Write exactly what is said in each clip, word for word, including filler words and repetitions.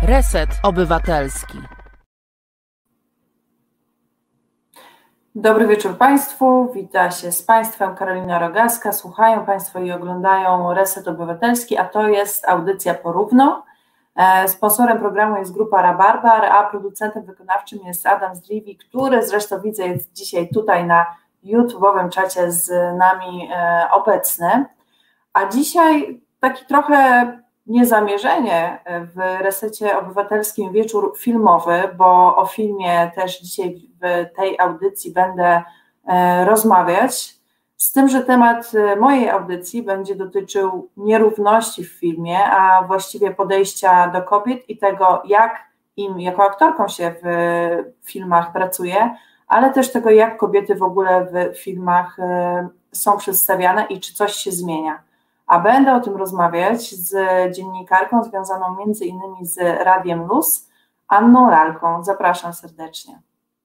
Reset Obywatelski. Dobry wieczór Państwu, wita się z Państwem Karolina Rogaska. Słuchają Państwo i oglądają Reset Obywatelski, a to jest audycja Porówno. Sponsorem programu jest grupa Rabarbar, a producentem wykonawczym jest Adam Zdriwi, który zresztą widzę jest dzisiaj tutaj na YouTube'owym czacie z nami obecny. A dzisiaj taki trochę niezamierzenie w Resecie Obywatelskim wieczór filmowy, bo o filmie też dzisiaj w tej audycji będę rozmawiać, z tym, że temat mojej audycji będzie dotyczył nierówności w filmie, a właściwie podejścia do kobiet i tego, jak im jako aktorkom się w filmach pracuje, ale też tego, jak kobiety w ogóle w filmach są przedstawiane i czy coś się zmienia. A będę o tym rozmawiać z dziennikarką związaną między innymi z Radiem Luz, Anną Lalką. Zapraszam serdecznie.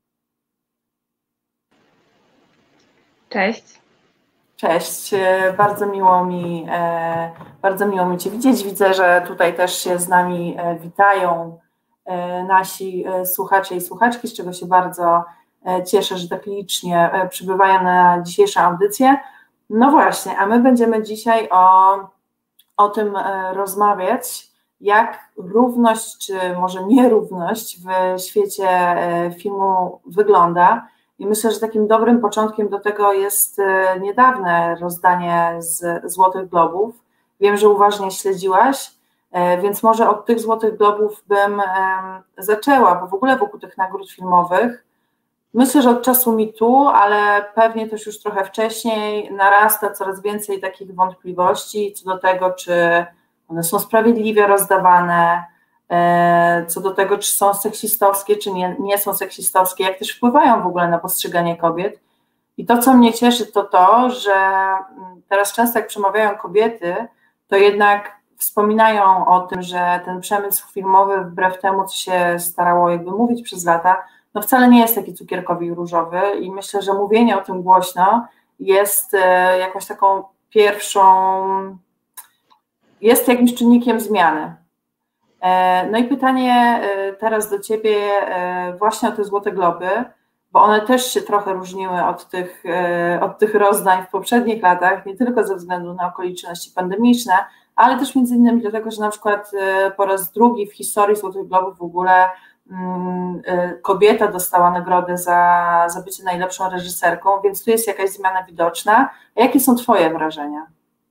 Cześć. Cześć, bardzo miło mi, bardzo miło mi Cię widzieć. Widzę, że tutaj też się z nami witają nasi słuchacze i słuchaczki, z czego się bardzo cieszę, że tak licznie przybywają na dzisiejszą audycję. No właśnie, a my będziemy dzisiaj o, o tym rozmawiać, jak równość, czy może nierówność w świecie filmu wygląda. I myślę, że takim dobrym początkiem do tego jest niedawne rozdanie z Złotych Globów. Wiem, że uważnie śledziłaś, więc może od tych Złotych Globów bym zaczęła, bo w ogóle wokół tych nagród filmowych myślę, że od czasu mitu, ale pewnie też już trochę wcześniej narasta coraz więcej takich wątpliwości co do tego, czy one są sprawiedliwie rozdawane, co do tego, czy są seksistowskie, czy nie, nie są seksistowskie, jak też wpływają w ogóle na postrzeganie kobiet. I to, co mnie cieszy, to to, że teraz często jak przemawiają kobiety, to jednak wspominają o tym, że ten przemysł filmowy, wbrew temu, co się starało jakby mówić przez lata, no wcale nie jest taki cukierkowy i różowy i myślę, że mówienie o tym głośno jest jakąś taką pierwszą, jest jakimś czynnikiem zmiany. No i pytanie teraz do Ciebie właśnie o te Złote Globy, bo one też się trochę różniły od tych, od tych rozdań w poprzednich latach, nie tylko ze względu na okoliczności pandemiczne, ale też między innymi dlatego, że na przykład po raz drugi w historii Złotych Globów w ogóle kobieta dostała nagrodę za, za bycie najlepszą reżyserką, więc tu jest jakaś zmiana widoczna. A jakie są Twoje wrażenia?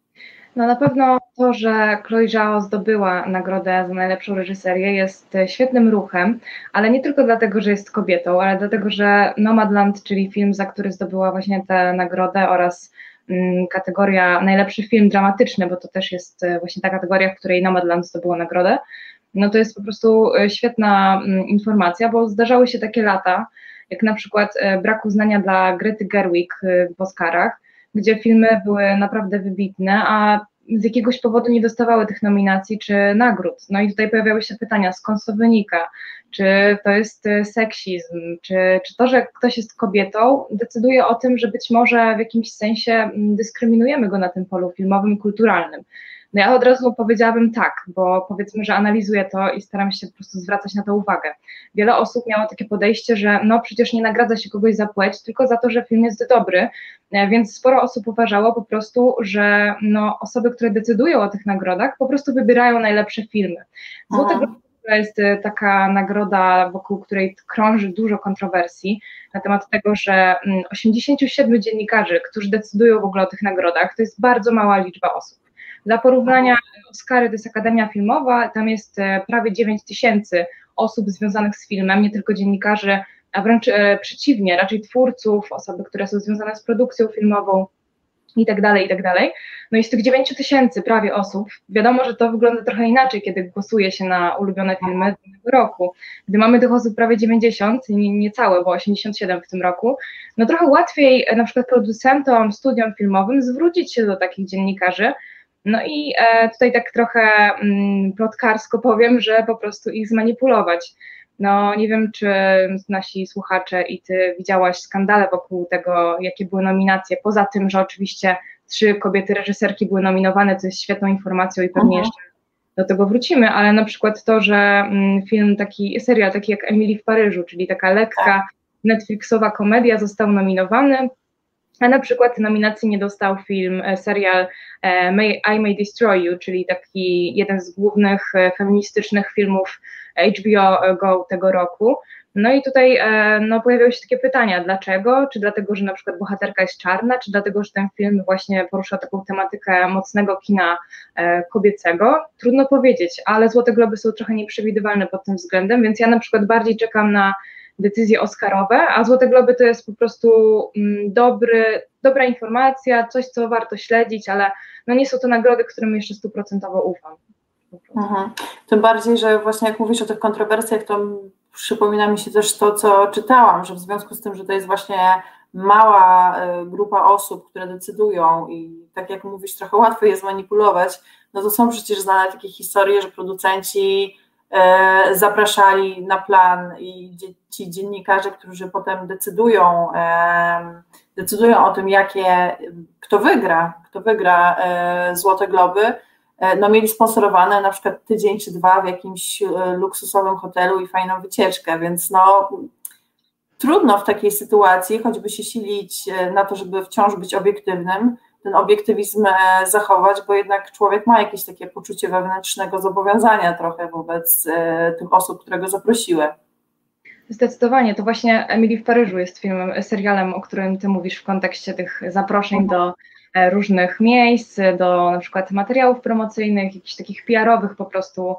No na pewno to, że Chloe Zhao zdobyła nagrodę za najlepszą reżyserię jest świetnym ruchem, ale nie tylko dlatego, że jest kobietą, ale dlatego, że Nomadland, czyli film, za który zdobyła właśnie tę nagrodę oraz mm, kategoria najlepszy film dramatyczny, bo to też jest właśnie ta kategoria, w której Nomadland zdobyło nagrodę, no to jest po prostu świetna informacja, bo zdarzały się takie lata, jak na przykład brak uznania dla Grety Gerwig w Oscarach, gdzie filmy były naprawdę wybitne, a z jakiegoś powodu nie dostawały tych nominacji czy nagród. No i tutaj pojawiały się pytania, skąd to wynika, czy to jest seksizm, czy, czy to, że ktoś jest kobietą, decyduje o tym, że być może w jakimś sensie dyskryminujemy go na tym polu filmowym i kulturalnym. No ja od razu powiedziałabym tak, bo powiedzmy, że analizuję to i staram się po prostu zwracać na to uwagę. Wiele osób miało takie podejście, że no przecież nie nagradza się kogoś za płeć, tylko za to, że film jest dobry, więc sporo osób uważało po prostu, że no osoby, które decydują o tych nagrodach, po prostu wybierają najlepsze filmy. Złote Globy to jest taka nagroda, wokół której krąży dużo kontrowersji na temat tego, że osiemdziesięciu siedmiu dziennikarzy, którzy decydują w ogóle o tych nagrodach, to jest bardzo mała liczba osób. Dla porównania Oscary to jest Akademia Filmowa, tam jest prawie dziewięć tysięcy osób związanych z filmem, nie tylko dziennikarzy, a wręcz e, przeciwnie, raczej twórców, osoby, które są związane z produkcją filmową i tak dalej, i tak dalej. No i z tych dziewięciu tysięcy prawie osób, wiadomo, że to wygląda trochę inaczej, kiedy głosuje się na ulubione filmy danego roku. Gdy mamy tych osób prawie dziewięćdziesiąt, nie, nie całe, bo osiemdziesiąt siedem w tym roku, no trochę łatwiej na przykład producentom, studiom filmowym zwrócić się do takich dziennikarzy. No i e, tutaj tak trochę mm, plotkarsko powiem, że po prostu ich zmanipulować. No nie wiem, czy nasi słuchacze i ty widziałaś skandale wokół tego, jakie były nominacje, poza tym, że oczywiście trzy kobiety reżyserki były nominowane, co jest świetną informacją i pewnie mhm. jeszcze do tego wrócimy, ale na przykład to, że film taki, serial taki jak Emily w Paryżu, czyli taka lekka Netflixowa komedia, został nominowany, a na przykład nominacji nie dostał film, serial May, I May Destroy You, czyli taki jeden z głównych feministycznych filmów H B O Go tego roku. No i tutaj no, pojawiały się takie pytania, dlaczego? Czy dlatego, że na przykład bohaterka jest czarna, czy dlatego, że ten film właśnie porusza taką tematykę mocnego kina kobiecego? Trudno powiedzieć, ale Złote Globy są trochę nieprzewidywalne pod tym względem, więc ja na przykład bardziej czekam na decyzje oscarowe, a Złote Globy to jest po prostu dobry, dobra informacja, coś, co warto śledzić, ale no nie są to nagrody, którym jeszcze stuprocentowo ufam. Mhm. Tym bardziej, że właśnie jak mówisz o tych kontrowersjach, to przypomina mi się też to, co czytałam, że w związku z tym, że to jest właśnie mała grupa osób, które decydują i tak jak mówisz, trochę łatwo je zmanipulować, no to są przecież znane takie historie, że producenci e, zapraszali na plan i ci dziennikarze, którzy potem decydują, e, decydują o tym, jakie, kto wygra, kto wygra e, Złote Globy, no mieli sponsorowane na przykład tydzień czy dwa w jakimś luksusowym hotelu i fajną wycieczkę, więc no trudno w takiej sytuacji choćby się silić na to, żeby wciąż być obiektywnym, ten obiektywizm zachować, bo jednak człowiek ma jakieś takie poczucie wewnętrznego zobowiązania trochę wobec tych osób, które go zaprosiły. Zdecydowanie, to właśnie Emily w Paryżu jest filmem, serialem, o którym ty mówisz w kontekście tych zaproszeń do różnych miejsc, do na przykład materiałów promocyjnych, jakichś takich P R owych po prostu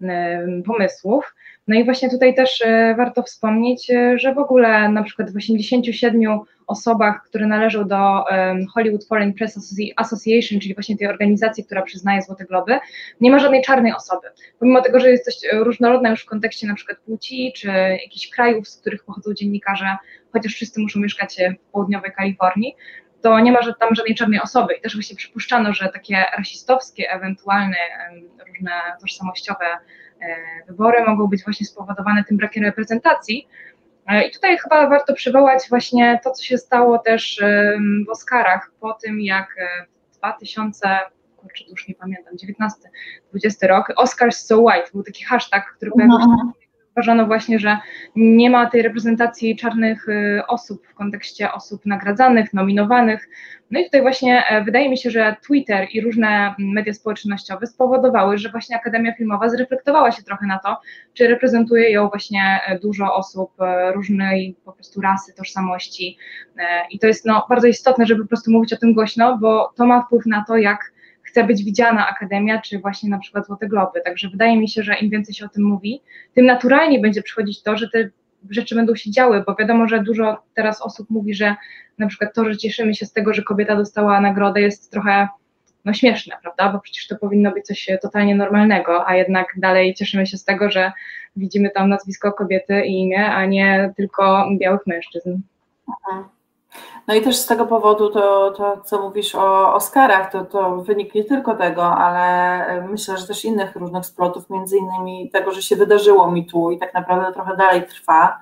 pomysłów. No i właśnie tutaj też warto wspomnieć, że w ogóle na przykład w osiemdziesięciu siedmiu osobach, które należą do Hollywood Foreign Press Association, czyli właśnie tej organizacji, która przyznaje Złote Globy, nie ma żadnej czarnej osoby. Pomimo tego, że jest dość różnorodna już w kontekście na przykład płci, czy jakichś krajów, z których pochodzą dziennikarze, chociaż wszyscy muszą mieszkać w południowej Kalifornii, to nie ma że tam żadnej czarnej osoby i też właśnie przypuszczano, że takie rasistowskie, ewentualne różne tożsamościowe wybory mogą być właśnie spowodowane tym brakiem reprezentacji. I tutaj chyba warto przywołać właśnie to, co się stało też w Oscarach po tym, jak w dwa tysiące, kurczę, już nie pamiętam, dziewiętnasty, dwudziesty rok, Oscars so white, był taki hashtag, który pojawił się. Uważano właśnie, że nie ma tej reprezentacji czarnych osób w kontekście osób nagradzanych, nominowanych. No i tutaj właśnie wydaje mi się, że Twitter i różne media społecznościowe spowodowały, że właśnie Akademia Filmowa zreflektowała się trochę na to, czy reprezentuje ją właśnie dużo osób różnej po prostu rasy, tożsamości. I to jest no, bardzo istotne, żeby po prostu mówić o tym głośno, bo to ma wpływ na to, jak chce być widziana Akademia, czy właśnie na przykład Złote Globy. Także wydaje mi się, że im więcej się o tym mówi, tym naturalnie będzie przychodzić to, że te rzeczy będą się działy, bo wiadomo, że dużo teraz osób mówi, że na przykład to, że cieszymy się z tego, że kobieta dostała nagrodę, jest trochę no, śmieszne, prawda, bo przecież to powinno być coś totalnie normalnego, a jednak dalej cieszymy się z tego, że widzimy tam nazwisko kobiety i imię, a nie tylko białych mężczyzn. Aha. No i też z tego powodu to, to co mówisz o Oscarach, to, to wynik nie tylko tego, ale myślę, że też innych różnych splotów, między innymi tego, że się wydarzyło Me Too i tak naprawdę trochę dalej trwa.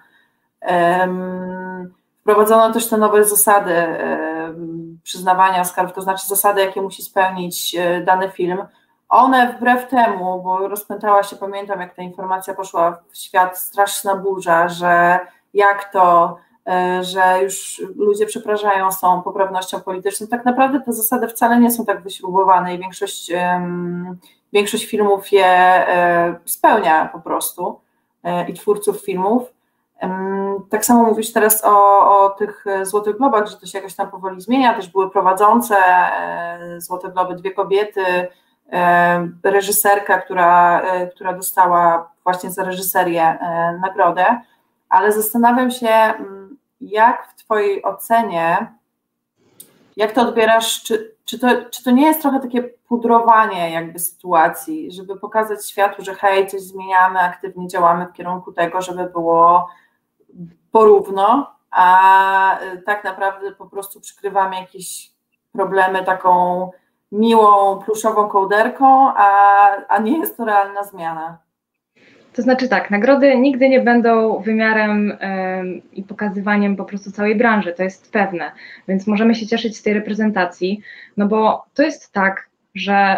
Um, wprowadzono też te nowe zasady um, przyznawania Oscarów, to znaczy zasady, jakie musi spełnić dany film. One wbrew temu, bo rozpętała się, pamiętam jak ta informacja poszła w świat, straszna burza, że jak to że już ludzie przepraszają z tą poprawnością polityczną. Tak naprawdę te zasady wcale nie są tak wyśrubowane i większość, um, większość filmów je um, spełnia po prostu um, i twórców filmów. Um, tak samo mówisz teraz o, o tych Złotych Globach, że to się jakoś tam powoli zmienia, też były prowadzące um, Złote Globy, dwie kobiety, um, reżyserka, która, um, która dostała właśnie za reżyserię um, nagrodę, ale zastanawiam się, jak w twojej ocenie, jak to odbierasz, czy, czy, to, czy to nie jest trochę takie pudrowanie jakby sytuacji, żeby pokazać światu, że hej, coś zmieniamy, aktywnie działamy w kierunku tego, żeby było porówno, a tak naprawdę po prostu przykrywamy jakieś problemy taką miłą, pluszową kołderką, a, a nie jest to realna zmiana. To znaczy tak, nagrody nigdy nie będą wymiarem ym, i pokazywaniem po prostu całej branży, to jest pewne, więc możemy się cieszyć z tej reprezentacji, no bo to jest tak, że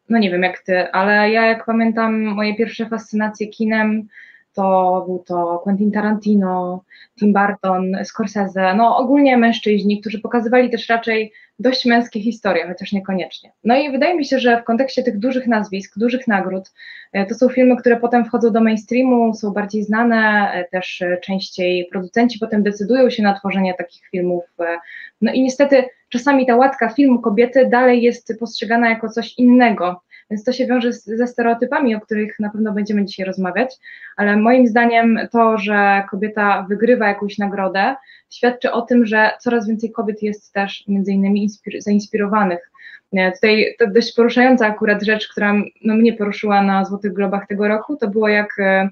no nie wiem jak ty, ale ja jak pamiętam moje pierwsze fascynacje kinem, to był to Quentin Tarantino, Tim Burton, Scorsese, no ogólnie mężczyźni, którzy pokazywali też raczej dość męskie historie, chociaż niekoniecznie. No i wydaje mi się, że w kontekście tych dużych nazwisk, dużych nagród, to są filmy, które potem wchodzą do mainstreamu, są bardziej znane, też częściej producenci potem decydują się na tworzenie takich filmów. No i niestety czasami ta łatka filmu kobiety dalej jest postrzegana jako coś innego, więc to się wiąże z, ze stereotypami, o których na pewno będziemy dzisiaj rozmawiać, ale moim zdaniem to, że kobieta wygrywa jakąś nagrodę, świadczy o tym, że coraz więcej kobiet jest też między innymi inspir- zainspirowanych. Tutaj to dość poruszająca akurat rzecz, która no, mnie poruszyła na Złotych Globach tego roku, to było jak e,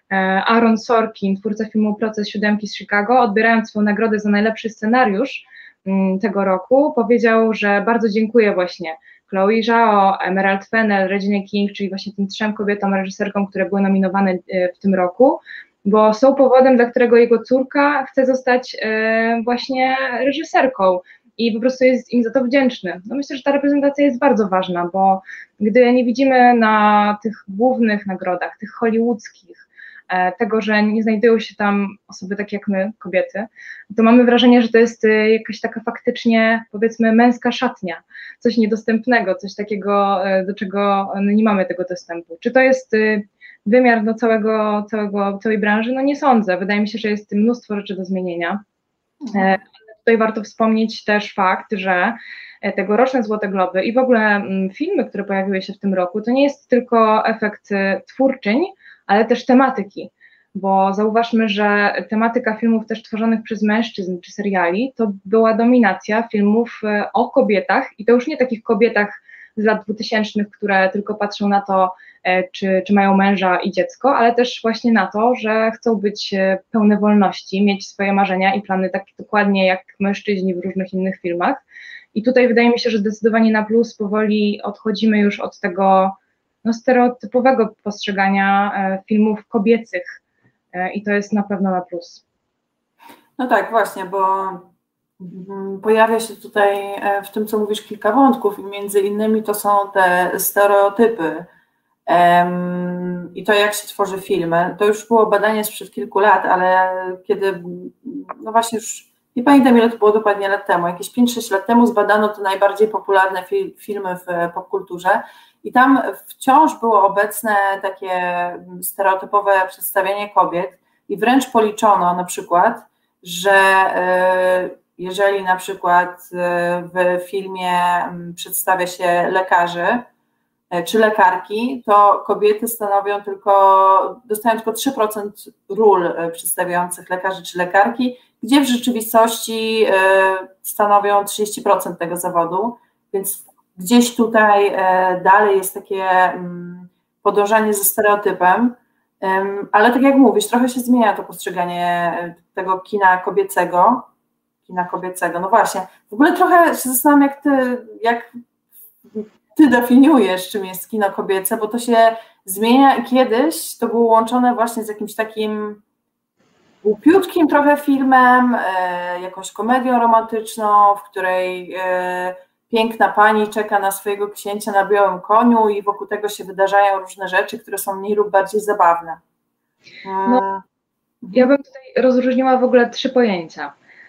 Aaron Sorkin, twórca filmu Proces Siódemki z Chicago, odbierając swoją nagrodę za najlepszy scenariusz m, tego roku, powiedział, że bardzo dziękuję właśnie Chloe Zhao, Emerald Fennell, Reginie King, czyli właśnie tym trzem kobietom, reżyserkom, które były nominowane w tym roku, bo są powodem, dla którego jego córka chce zostać e, właśnie reżyserką i po prostu jest im za to wdzięczny. No myślę, że ta reprezentacja jest bardzo ważna, bo gdy nie widzimy na tych głównych nagrodach, tych hollywoodzkich, e, tego, że nie znajdują się tam osoby takie jak my, kobiety, to mamy wrażenie, że to jest e, jakaś taka faktycznie, powiedzmy, męska szatnia, coś niedostępnego, coś takiego, e, do czego no, nie mamy tego dostępu. Czy to jest e, wymiar do całego, całego, całej branży? No nie sądzę. Wydaje mi się, że jest mnóstwo rzeczy do zmienienia. Mhm. Tutaj warto wspomnieć też fakt, że tegoroczne Złote Globy i w ogóle filmy, które pojawiły się w tym roku, to nie jest tylko efekt twórczyń, ale też tematyki, bo zauważmy, że tematyka filmów też tworzonych przez mężczyzn czy seriali to była dominacja filmów o kobietach i to już nie takich kobietach z lat dwutysięcznych, które tylko patrzą na to, czy, czy mają męża i dziecko, ale też właśnie na to, że chcą być pełne wolności, mieć swoje marzenia i plany tak dokładnie jak mężczyźni w różnych innych filmach. I tutaj wydaje mi się, że zdecydowanie na plus powoli odchodzimy już od tego no, stereotypowego postrzegania filmów kobiecych i to jest na pewno na plus. No tak, właśnie, bo pojawia się tutaj w tym, co mówisz, kilka wątków i między innymi to są te stereotypy um, i to, jak się tworzy filmy. To już było badanie sprzed kilku lat, ale kiedy, no właśnie już nie pamiętam, ile to było dokładnie lat temu, jakieś pięć sześć lat temu zbadano te najbardziej popularne fi- filmy w popkulturze i tam wciąż było obecne takie stereotypowe przedstawianie kobiet i wręcz policzono na przykład, że y, jeżeli na przykład w filmie przedstawia się lekarzy czy lekarki, to kobiety stanowią tylko, dostają tylko trzy procent ról przedstawiających lekarzy czy lekarki, gdzie w rzeczywistości stanowią trzydzieści procent tego zawodu, więc gdzieś tutaj dalej jest takie podążanie ze stereotypem, ale tak jak mówisz, trochę się zmienia to postrzeganie tego kina kobiecego, kina kobiecego. No właśnie, w ogóle trochę się zastanawiam, jak ty, jak ty definiujesz, czym jest kino kobiece, bo to się zmienia i kiedyś to było łączone właśnie z jakimś takim głupiutkim trochę filmem, e, jakąś komedią romantyczną, w której e, piękna pani czeka na swojego księcia na białym koniu i wokół tego się wydarzają różne rzeczy, które są mniej lub bardziej zabawne. E, no, ja bym tutaj rozróżniła w ogóle trzy pojęcia.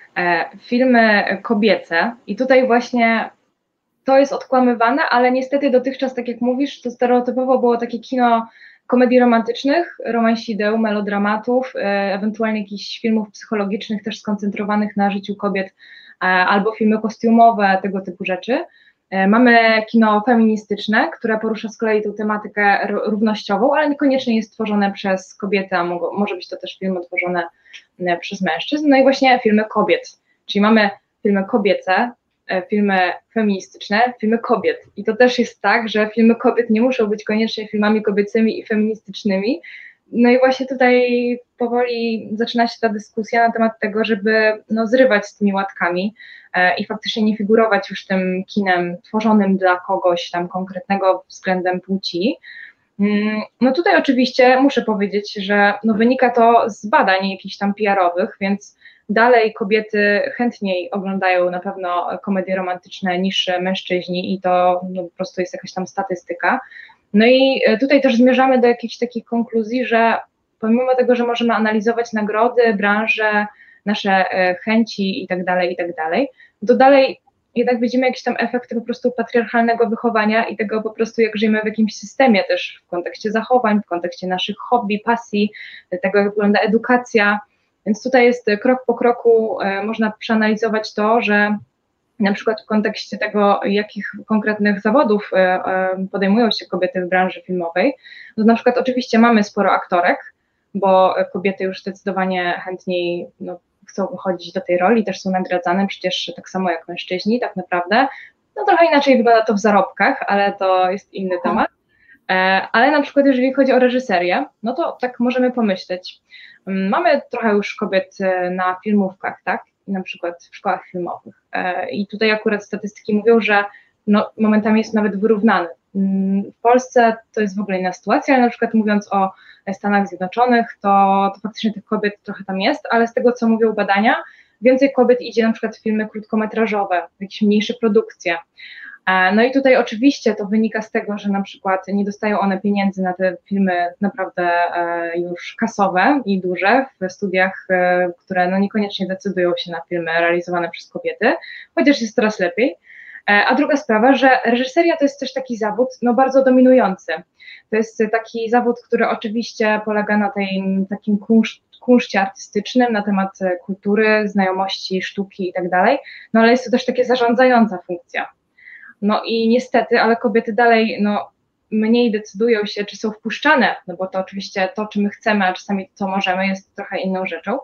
Filmy kobiece i tutaj właśnie to jest odkłamywane, ale niestety dotychczas, tak jak mówisz, to stereotypowo było takie kino komedii romantycznych, romansideł, melodramatów, ewentualnie jakichś filmów psychologicznych też skoncentrowanych na życiu kobiet, albo filmy kostiumowe, tego typu rzeczy. Mamy kino feministyczne, które porusza z kolei tę tematykę równościową, ale niekoniecznie jest tworzone przez kobiety, a może być to też filmy tworzone przez mężczyzn. No i właśnie filmy kobiet, czyli mamy filmy kobiece, filmy feministyczne, filmy kobiet. I to też jest tak, że filmy kobiet nie muszą być koniecznie filmami kobiecymi i feministycznymi. No i właśnie tutaj powoli zaczyna się ta dyskusja na temat tego, żeby no, zrywać z tymi łatkami e, i faktycznie nie figurować już tym kinem tworzonym dla kogoś tam konkretnego względem płci. Mm, no tutaj oczywiście muszę powiedzieć, że no, wynika to z badań jakichś tam P R owych, więc dalej kobiety chętniej oglądają na pewno komedie romantyczne niż mężczyźni i to no, po prostu jest jakaś tam statystyka. No i tutaj też zmierzamy do jakichś takich konkluzji, że pomimo tego, że możemy analizować nagrody, branże, nasze chęci i tak dalej, i tak dalej, to dalej jednak widzimy jakiś tam efekt po prostu patriarchalnego wychowania i tego po prostu, jak żyjemy w jakimś systemie też w kontekście zachowań, w kontekście naszych hobby, pasji, tego, jak wygląda edukacja. Więc tutaj jest krok po kroku, e, można przeanalizować to, że na przykład w kontekście tego, jakich konkretnych zawodów e, e, podejmują się kobiety w branży filmowej, no na przykład oczywiście mamy sporo aktorek, bo kobiety już zdecydowanie chętniej no, chcą wychodzić do tej roli, też są nagradzane przecież tak samo jak mężczyźni tak naprawdę. No trochę inaczej wygląda to w zarobkach, ale to jest inny temat. Ale na przykład jeżeli chodzi o reżyserię, no to tak możemy pomyśleć. Mamy trochę już kobiet na filmówkach, tak? Na przykład w szkołach filmowych. I tutaj akurat statystyki mówią, że no, momentami jest nawet wyrównany. W Polsce to jest w ogóle inna sytuacja, ale na przykład mówiąc o Stanach Zjednoczonych, to, to faktycznie tych kobiet trochę tam jest, ale z tego, co mówią badania, więcej kobiet idzie na przykład w filmy krótkometrażowe, w jakieś mniejsze produkcje. No i tutaj oczywiście to wynika z tego, że na przykład nie dostają one pieniędzy na te filmy naprawdę już kasowe i duże w studiach, które no niekoniecznie decydują się na filmy realizowane przez kobiety, chociaż jest coraz lepiej. A druga sprawa, że reżyseria to jest też taki zawód no bardzo dominujący. To jest taki zawód, który oczywiście polega na tej, takim kunszt, kunszcie artystycznym, na temat kultury, znajomości, sztuki i tak dalej, no ale jest to też takie zarządzająca funkcja. No i niestety, ale kobiety dalej no, mniej decydują się, czy są wpuszczane, no bo to oczywiście to, czy my chcemy, a czasami to, co możemy, jest trochę inną rzeczą,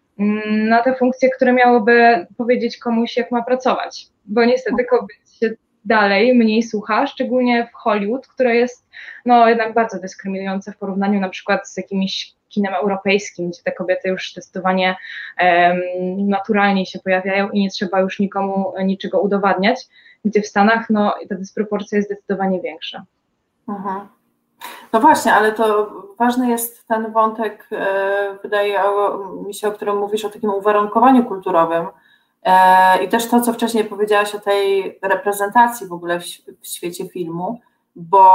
na te funkcje, które miałyby powiedzieć komuś, jak ma pracować. Bo niestety kobiet się dalej mniej słucha, szczególnie w Hollywood, które jest no, jednak bardzo dyskryminujące w porównaniu na przykład z jakimś kinem europejskim, gdzie te kobiety już zdecydowanie um, naturalnie się pojawiają i nie trzeba już nikomu niczego udowadniać, gdzie w Stanach no, ta dysproporcja jest zdecydowanie większa. Mhm. No właśnie, ale to ważny jest ten wątek, wydaje mi się, o którym mówisz, o takim uwarunkowaniu kulturowym i też to, co wcześniej powiedziałaś o tej reprezentacji w ogóle w, w świecie filmu, bo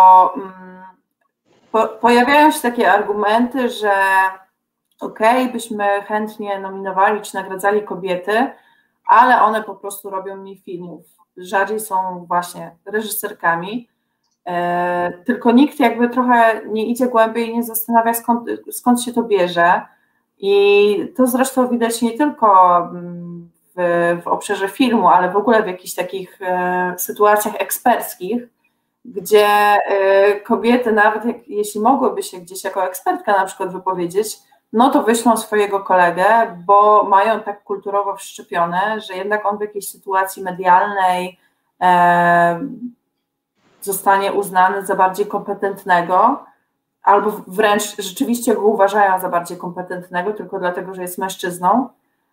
po, pojawiają się takie argumenty, że okej, okay, byśmy chętnie nominowali czy nagradzali kobiety, ale one po prostu robią mniej filmów, rzadziej są właśnie reżyserkami. E, tylko nikt jakby trochę nie idzie głębiej i nie zastanawia, skąd, skąd się to bierze. I to zresztą widać nie tylko w, w obszarze filmu, ale w ogóle w jakichś takich e, sytuacjach eksperckich, gdzie e, kobiety, nawet jak, jeśli mogłyby się gdzieś jako ekspertka na przykład wypowiedzieć, no to wyślą swojego kolegę, bo mają tak kulturowo wszczepione, że jednak on w jakiejś sytuacji medialnej e, zostanie uznany za bardziej kompetentnego, albo wręcz rzeczywiście go uważają za bardziej kompetentnego, tylko dlatego, że jest mężczyzną.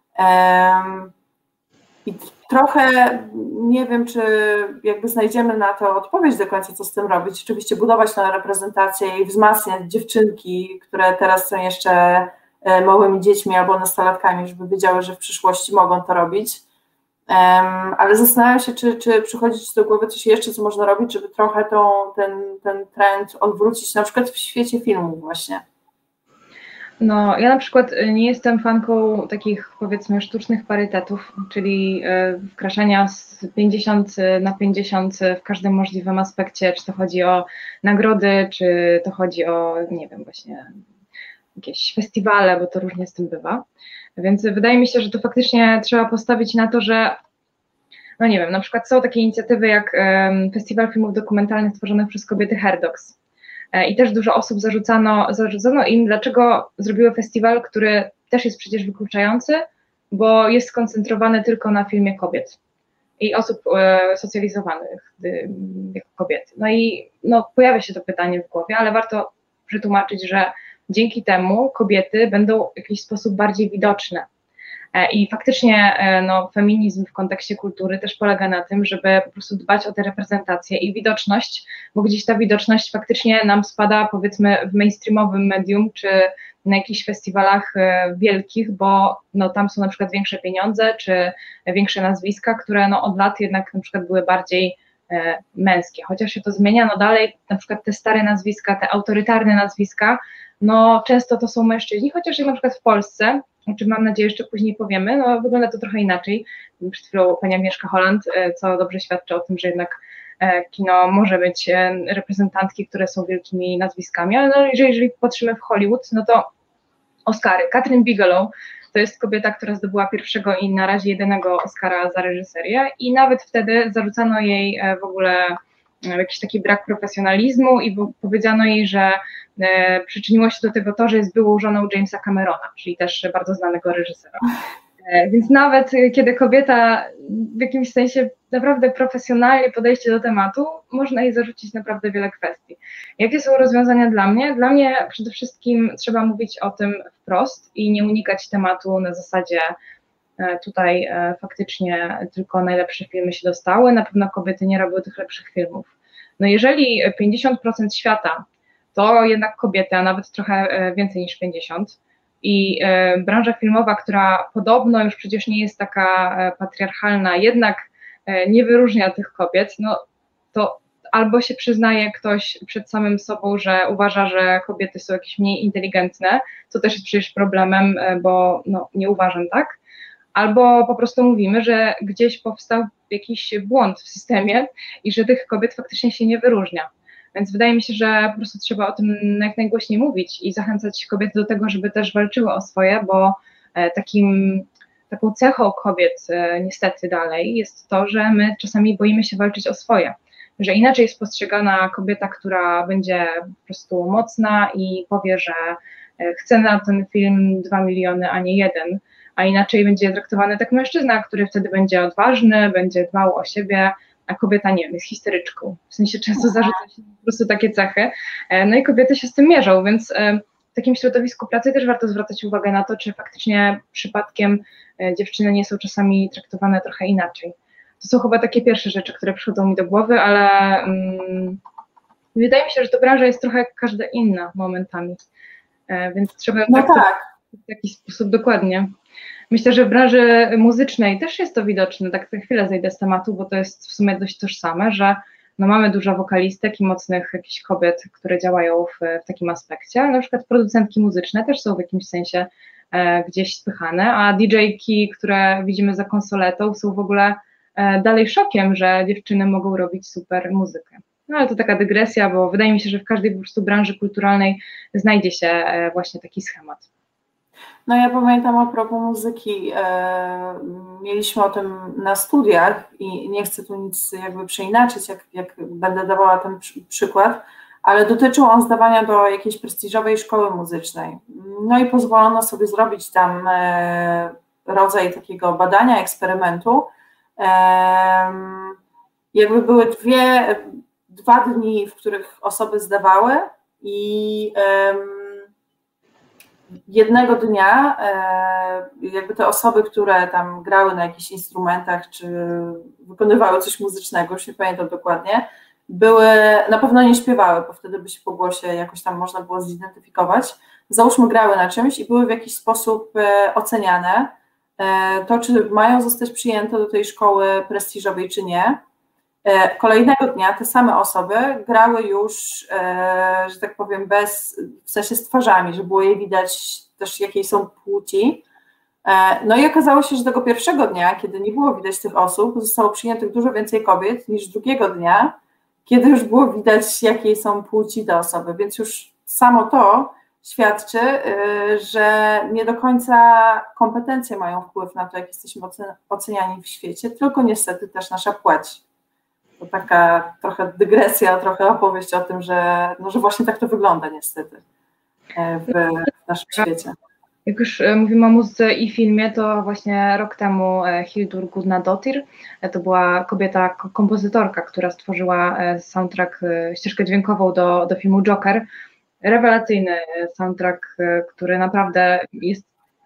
I trochę nie wiem, czy jakby znajdziemy na to odpowiedź do końca, co z tym robić. Oczywiście budować tę reprezentację i wzmacniać dziewczynki, które teraz są jeszcze małymi dziećmi albo nastolatkami, żeby wiedziały, że w przyszłości mogą to robić. Um, ale zastanawiam się, czy, czy przychodzi Ci do głowy coś jeszcze, co można robić, żeby trochę tą, ten, ten trend odwrócić, na przykład w świecie filmu właśnie. No, ja na przykład nie jestem fanką takich, powiedzmy, sztucznych parytetów, czyli wkraczania z pięćdziesiąt na pięćdziesiąt w każdym możliwym aspekcie, czy to chodzi o nagrody, czy to chodzi o, nie wiem, właśnie jakieś festiwale, bo to różnie z tym bywa. Więc wydaje mi się, że to faktycznie trzeba postawić na to, że no nie wiem, na przykład są takie inicjatywy jak um, Festiwal Filmów Dokumentalnych tworzonych przez kobiety Herdogs. I też dużo osób zarzucano, zarzucano im, dlaczego zrobiły festiwal, który też jest przecież wykluczający, bo jest skoncentrowany tylko na filmie kobiet i osób e, socjalizowanych y, jako kobiety. No i no, pojawia się to pytanie w głowie, ale warto przetłumaczyć, że dzięki temu kobiety będą w jakiś sposób bardziej widoczne. I faktycznie no, feminizm w kontekście kultury też polega na tym, żeby po prostu dbać o tę reprezentację i widoczność, bo gdzieś ta widoczność faktycznie nam spada, powiedzmy, w mainstreamowym medium, czy na jakichś festiwalach wielkich, bo no, tam są na przykład większe pieniądze, czy większe nazwiska, które no, od lat jednak na przykład były bardziej e, męskie, chociaż się to zmienia, no dalej na przykład te stare nazwiska, te autorytarne nazwiska, no często to są mężczyźni, chociaż jak na przykład w Polsce, o czym mam nadzieję jeszcze później powiemy, no wygląda to trochę inaczej. Przed chwilą pani Agnieszka Holland, co dobrze świadczy o tym, że jednak kino może mieć reprezentantki, które są wielkimi nazwiskami, ale no, jeżeli, jeżeli patrzymy w Hollywood, no to Oscary. Kathryn Bigelow to jest kobieta, która zdobyła pierwszego i na razie jedynego Oscara za reżyserię i nawet wtedy zarzucano jej w ogóle jakiś taki brak profesjonalizmu i powiedziano jej, że e, przyczyniło się do tego to, że jest byłą żoną Jamesa Camerona, czyli też bardzo znanego reżysera. E, więc nawet kiedy kobieta w jakimś sensie naprawdę profesjonalnie podejście do tematu, można jej zarzucić naprawdę wiele kwestii. Jakie są rozwiązania dla mnie? Dla mnie przede wszystkim trzeba mówić o tym wprost i nie unikać tematu na zasadzie e, tutaj e, faktycznie tylko najlepsze filmy się dostały, na pewno kobiety nie robiły tych lepszych filmów. No jeżeli pięćdziesiąt procent świata to jednak kobiety, a nawet trochę więcej niż pięćdziesiąt i branża filmowa, która podobno już przecież nie jest taka patriarchalna, jednak nie wyróżnia tych kobiet, no to albo się przyznaje ktoś przed samym sobą, że uważa, że kobiety są jakieś mniej inteligentne, co też jest przecież problemem, bo no, nie uważam tak, albo po prostu mówimy, że gdzieś powstał jakiś błąd w systemie i że tych kobiet faktycznie się nie wyróżnia. Więc wydaje mi się, że po prostu trzeba o tym jak najgłośniej mówić i zachęcać kobiety do tego, żeby też walczyły o swoje, bo takim, taką cechą kobiet niestety dalej jest to, że my czasami boimy się walczyć o swoje, że inaczej jest postrzegana kobieta, która będzie po prostu mocna i powie, że chce na ten film dwa miliony, a nie jeden, a inaczej będzie traktowany tak mężczyzna, który wtedy będzie odważny, będzie dbał o siebie, a kobieta nie wiem, jest histeryczką. W sensie często zarzuca się po prostu takie cechy. No i kobiety się z tym mierzą, więc w takim środowisku pracy też warto zwracać uwagę na to, czy faktycznie przypadkiem dziewczyny nie są czasami traktowane trochę inaczej. To są chyba takie pierwsze rzeczy, które przychodzą mi do głowy, ale um, wydaje mi się, że to branża jest trochę jak każda inna momentami, więc trzeba ją no traktować tak. w taki sposób dokładnie. Myślę, że w branży muzycznej też jest to widoczne, tak za chwilę zejdę z tematu, bo to jest w sumie dość tożsame, że no mamy dużo wokalistek i mocnych jakichś kobiet, które działają w, w takim aspekcie, ale na przykład producentki muzyczne też są w jakimś sensie e, gdzieś spychane, a didżejki, które widzimy za konsoletą, są w ogóle e, dalej szokiem, że dziewczyny mogą robić super muzykę. No ale to taka dygresja, bo wydaje mi się, że w każdej po prostu branży kulturalnej znajdzie się e, właśnie taki schemat. No ja pamiętam a propos muzyki, e, mieliśmy o tym na studiach i nie chcę tu nic jakby przeinaczyć, jak, jak będę dawała ten przy, przykład, ale dotyczył on zdawania do jakiejś prestiżowej szkoły muzycznej. No i pozwolono sobie zrobić tam e, rodzaj takiego badania, eksperymentu. E, jakby były dwie, dwa dni, w których osoby zdawały i e, jednego dnia jakby te osoby, które tam grały na jakichś instrumentach, czy wykonywały coś muzycznego, już nie pamiętam dokładnie, były, na pewno nie śpiewały, bo wtedy by się po głosie jakoś tam można było zidentyfikować. Załóżmy, grały na czymś i były w jakiś sposób oceniane, to czy mają zostać przyjęte do tej szkoły prestiżowej, czy nie. Kolejnego dnia te same osoby grały już, że tak powiem, bez, w sensie z twarzami, że było je widać też jakiej są płci. No i okazało się, że tego pierwszego dnia, kiedy nie było widać tych osób, zostało przyjętych dużo więcej kobiet niż drugiego dnia, kiedy już było widać jakiej są płci te osoby, więc już samo to świadczy, że nie do końca kompetencje mają wpływ na to, jak jesteśmy oceniani w świecie, tylko niestety też nasza płeć. To taka trochę dygresja, trochę opowieść o tym, że, no, że właśnie tak to wygląda niestety w, w naszym świecie. Jak już mówimy o muzyce i filmie, to właśnie rok temu Hildur Guðnadóttir, to była kobieta kompozytorka, która stworzyła soundtrack, ścieżkę dźwiękową do, do filmu Joker. Rewelacyjny soundtrack, który naprawdę jest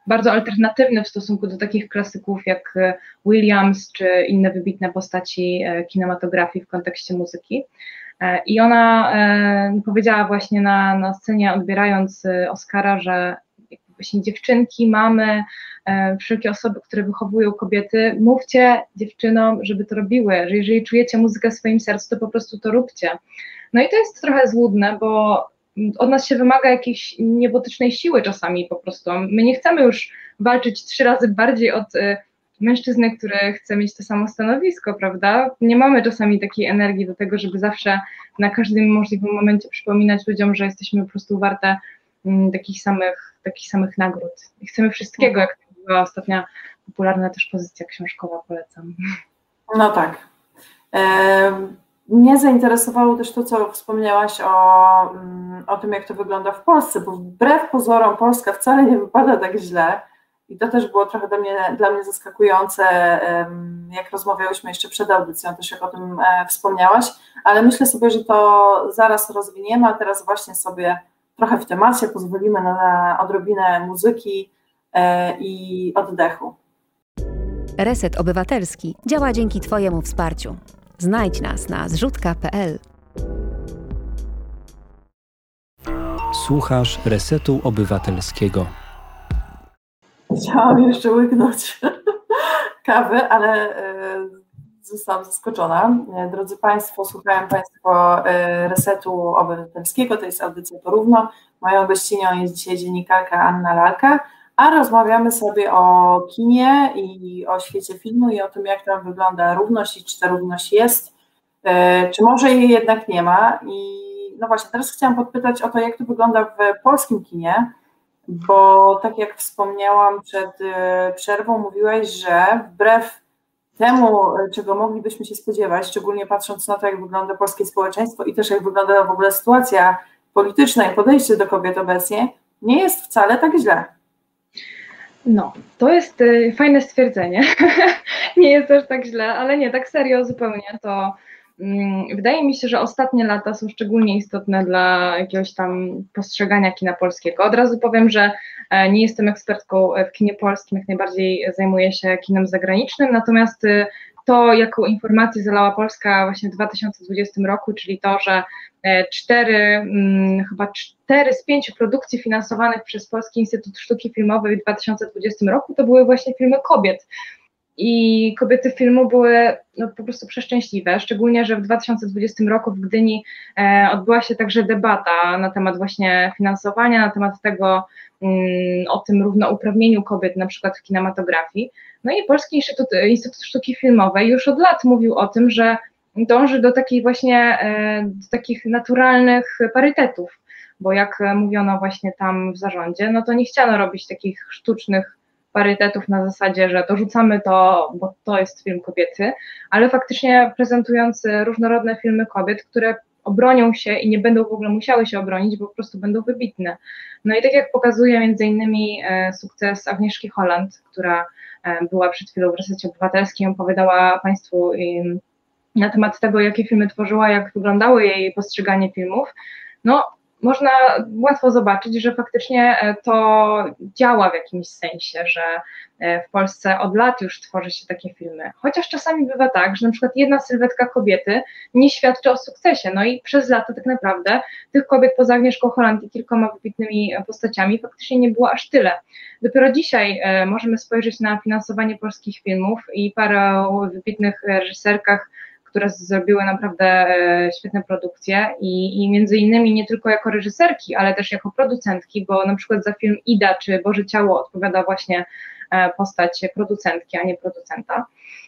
bardzo alternatywny w stosunku do takich klasyków jak Williams czy inne wybitne postaci kinematografii w kontekście muzyki. I ona powiedziała właśnie na, na scenie, odbierając Oscara, że właśnie dziewczynki, mamy, wszelkie osoby, które wychowują kobiety, mówcie dziewczynom, żeby to robiły, że jeżeli czujecie muzykę w swoim sercu, to po prostu to róbcie. No i to jest trochę złudne, bo od nas się wymaga jakiejś niebotycznej siły czasami po prostu. My nie chcemy już walczyć trzy razy bardziej od mężczyzny, który chce mieć to samo stanowisko, prawda? Nie mamy czasami takiej energii do tego, żeby zawsze na każdym możliwym momencie przypominać ludziom, że jesteśmy po prostu warte m, takich samych, takich samych nagród. I chcemy wszystkiego, jak to była ostatnia popularna też pozycja książkowa, polecam. No tak. E- Mnie zainteresowało też to, co wspomniałaś o, o tym, jak to wygląda w Polsce, bo wbrew pozorom Polska wcale nie wypada tak źle i to też było trochę dla mnie, dla mnie zaskakujące, jak rozmawiałyśmy jeszcze przed audycją, też jak o tym wspomniałaś, ale myślę sobie, że to zaraz rozwiniemy, a teraz właśnie sobie trochę w temacie pozwolimy na odrobinę muzyki i oddechu. Reset Obywatelski działa dzięki Twojemu wsparciu. Znajdź nas na zrzutka kropka pe el. Słuchasz Resetu Obywatelskiego. Chciałam jeszcze łyknąć kawy, ale zostałam zaskoczona. Drodzy Państwo, słuchają Państwo Resetu Obywatelskiego, to jest audycja Porówno. Moją gościnią jest dzisiaj dziennikarka Anna Lalka, a rozmawiamy sobie o kinie i o świecie filmu i o tym, jak tam wygląda równość i czy ta równość jest, czy może jej jednak nie ma. I no właśnie, teraz chciałam podpytać o to, jak to wygląda w polskim kinie, bo tak jak wspomniałam przed przerwą, mówiłaś, że wbrew temu, czego moglibyśmy się spodziewać, szczególnie patrząc na to, jak wygląda polskie społeczeństwo i też jak wygląda w ogóle sytuacja polityczna i podejście do kobiet obecnie, nie jest wcale tak źle. No, to jest y, fajne stwierdzenie. Nie jest też tak źle, ale nie, tak serio zupełnie to mm, wydaje mi się, że ostatnie lata są szczególnie istotne dla jakiegoś tam postrzegania kina polskiego. Od razu powiem, że e, nie jestem ekspertką w kinie polskim, jak najbardziej zajmuję się kinem zagranicznym, natomiast y, to, jaką informację zalała Polska właśnie w dwa tysiące dwudziestym roku, czyli to, że cztery, chyba cztery z pięciu produkcji finansowanych przez Polski Instytut Sztuki Filmowej w dwa tysiące dwudziestym roku to były właśnie filmy kobiet. I kobiety filmu były no, po prostu przeszczęśliwe, szczególnie, że w dwa tysiące dwudziestym roku w Gdyni e, odbyła się także debata na temat właśnie finansowania, na temat tego, mm, o tym równouprawnieniu kobiet na przykład w kinematografii. No i Polski Instytut, Instytut Sztuki Filmowej już od lat mówił o tym, że dąży do takich właśnie, do takich naturalnych parytetów, bo jak mówiono właśnie tam w zarządzie, no to nie chciano robić takich sztucznych parytetów na zasadzie, że dorzucamy to, bo to jest film kobiety, ale faktycznie prezentując różnorodne filmy kobiet, które obronią się i nie będą w ogóle musiały się obronić, bo po prostu będą wybitne. No i tak jak pokazuje między innymi sukces Agnieszki Holland, która była przed chwilą w Resecie Obywatelskim, opowiadała Państwu na temat tego, jakie filmy tworzyła, jak wyglądało jej postrzeganie filmów, no można łatwo zobaczyć, że faktycznie to działa w jakimś sensie, że w Polsce od lat już tworzy się takie filmy. Chociaż czasami bywa tak, że na przykład jedna sylwetka kobiety nie świadczy o sukcesie, no i przez lata tak naprawdę tych kobiet poza Agnieszką Holland i kilkoma wybitnymi postaciami faktycznie nie było aż tyle. Dopiero dzisiaj możemy spojrzeć na finansowanie polskich filmów i parę wybitnych reżyserkach, które zrobiły naprawdę świetne produkcje i, i między innymi nie tylko jako reżyserki, ale też jako producentki, bo na przykład za film Ida czy Boże Ciało odpowiada właśnie postać producentki, a nie producenta.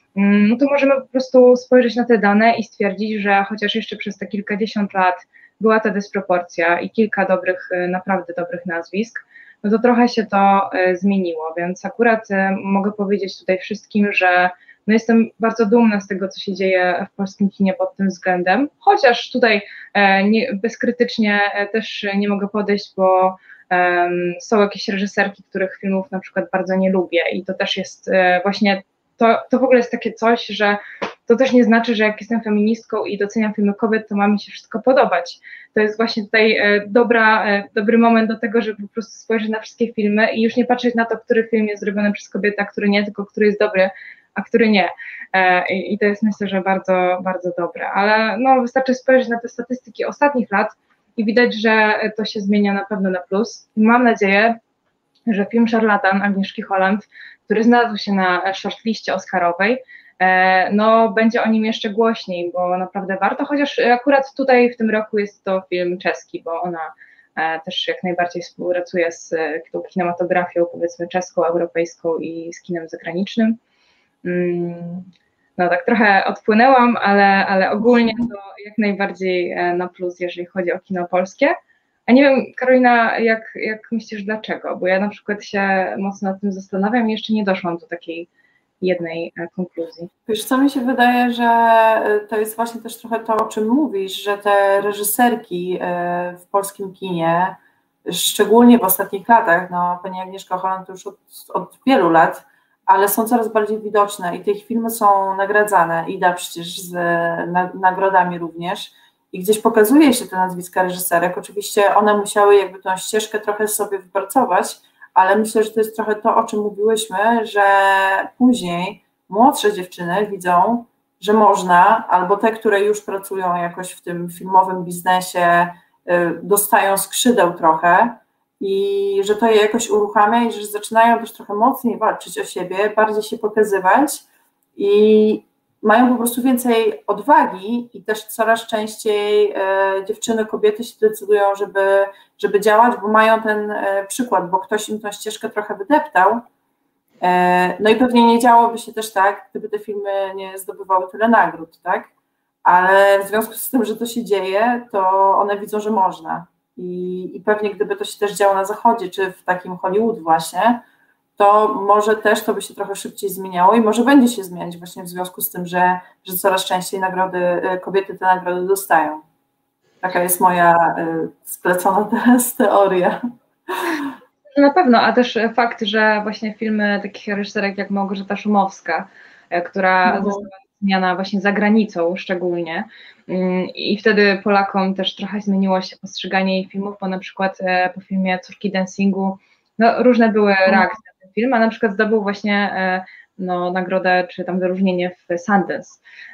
No to możemy po prostu spojrzeć na te dane i stwierdzić, że chociaż jeszcze przez te kilkadziesiąt lat była ta dysproporcja i kilka dobrych, naprawdę dobrych nazwisk, no to trochę się to zmieniło, więc akurat mogę powiedzieć tutaj wszystkim, że no jestem bardzo dumna z tego, co się dzieje w polskim kinie pod tym względem, chociaż tutaj e, nie, bezkrytycznie e, też nie mogę podejść, bo e, są jakieś reżyserki, których filmów na przykład bardzo nie lubię i to też jest e, właśnie, to, to w ogóle jest takie coś, że to też nie znaczy, że jak jestem feministką i doceniam filmy kobiet, to ma mi się wszystko podobać. To jest właśnie tutaj dobra, dobry moment do tego, żeby po prostu spojrzeć na wszystkie filmy i już nie patrzeć na to, który film jest zrobiony przez kobietę, a który nie, tylko który jest dobry, a który nie. I to jest, myślę, że bardzo, bardzo dobre. Ale no, wystarczy spojrzeć na te statystyki ostatnich lat i widać, że to się zmienia na pewno na plus. I mam nadzieję, że film Szarlatan Agnieszki Holland, który znalazł się na shortliście oscarowej, no będzie o nim jeszcze głośniej, bo naprawdę warto, chociaż akurat tutaj w tym roku jest to film czeski, bo ona też jak najbardziej współpracuje z tą kinematografią, powiedzmy czeską, europejską i z kinem zagranicznym. No tak trochę odpłynęłam, ale, ale ogólnie to jak najbardziej na plus, jeżeli chodzi o kino polskie. A nie wiem, Karolina, jak, jak myślisz dlaczego? Bo ja na przykład się mocno nad tym zastanawiam i jeszcze nie doszłam do takiej jednej konkluzji. Wiesz co, mi się wydaje, że to jest właśnie też trochę to, o czym mówisz, że te reżyserki w polskim kinie, szczególnie w ostatnich latach, no pani Agnieszka Holland to już od, od wielu lat, ale są coraz bardziej widoczne i te ich filmy są nagradzane, Ida przecież z na, nagrodami również i gdzieś pokazuje się te nazwiska reżyserek, oczywiście one musiały jakby tą ścieżkę trochę sobie wypracować, ale myślę, że to jest trochę to, o czym mówiłyśmy, że później młodsze dziewczyny widzą, że można, albo te, które już pracują jakoś w tym filmowym biznesie, dostają skrzydeł trochę i że to je jakoś uruchamia i że zaczynają też trochę mocniej walczyć o siebie, bardziej się pokazywać i mają po prostu więcej odwagi i też coraz częściej e, dziewczyny, kobiety się decydują, żeby, żeby działać, bo mają ten e, przykład, bo ktoś im tą ścieżkę trochę wydeptał. E, no i pewnie nie działoby się też tak, gdyby te filmy nie zdobywały tyle nagród, tak? Ale w związku z tym, że to się dzieje, to one widzą, że można. I, i pewnie gdyby to się też działo na zachodzie, czy w takim Hollywood właśnie, to może też to by się trochę szybciej zmieniało i może będzie się zmieniać właśnie w związku z tym, że, że coraz częściej nagrody, kobiety te nagrody dostają. Taka jest moja splecona teraz teoria. Na pewno, a też fakt, że właśnie filmy takich reżyserek jak Małgorzata Szumowska, która no. została zmiana właśnie za granicą szczególnie i wtedy Polakom też trochę zmieniło się postrzeganie jej filmów, bo na przykład po filmie Córki dancingu no, różne były reakcje na ten film, a na przykład zdobył właśnie no, nagrodę czy tam wyróżnienie w Sundance,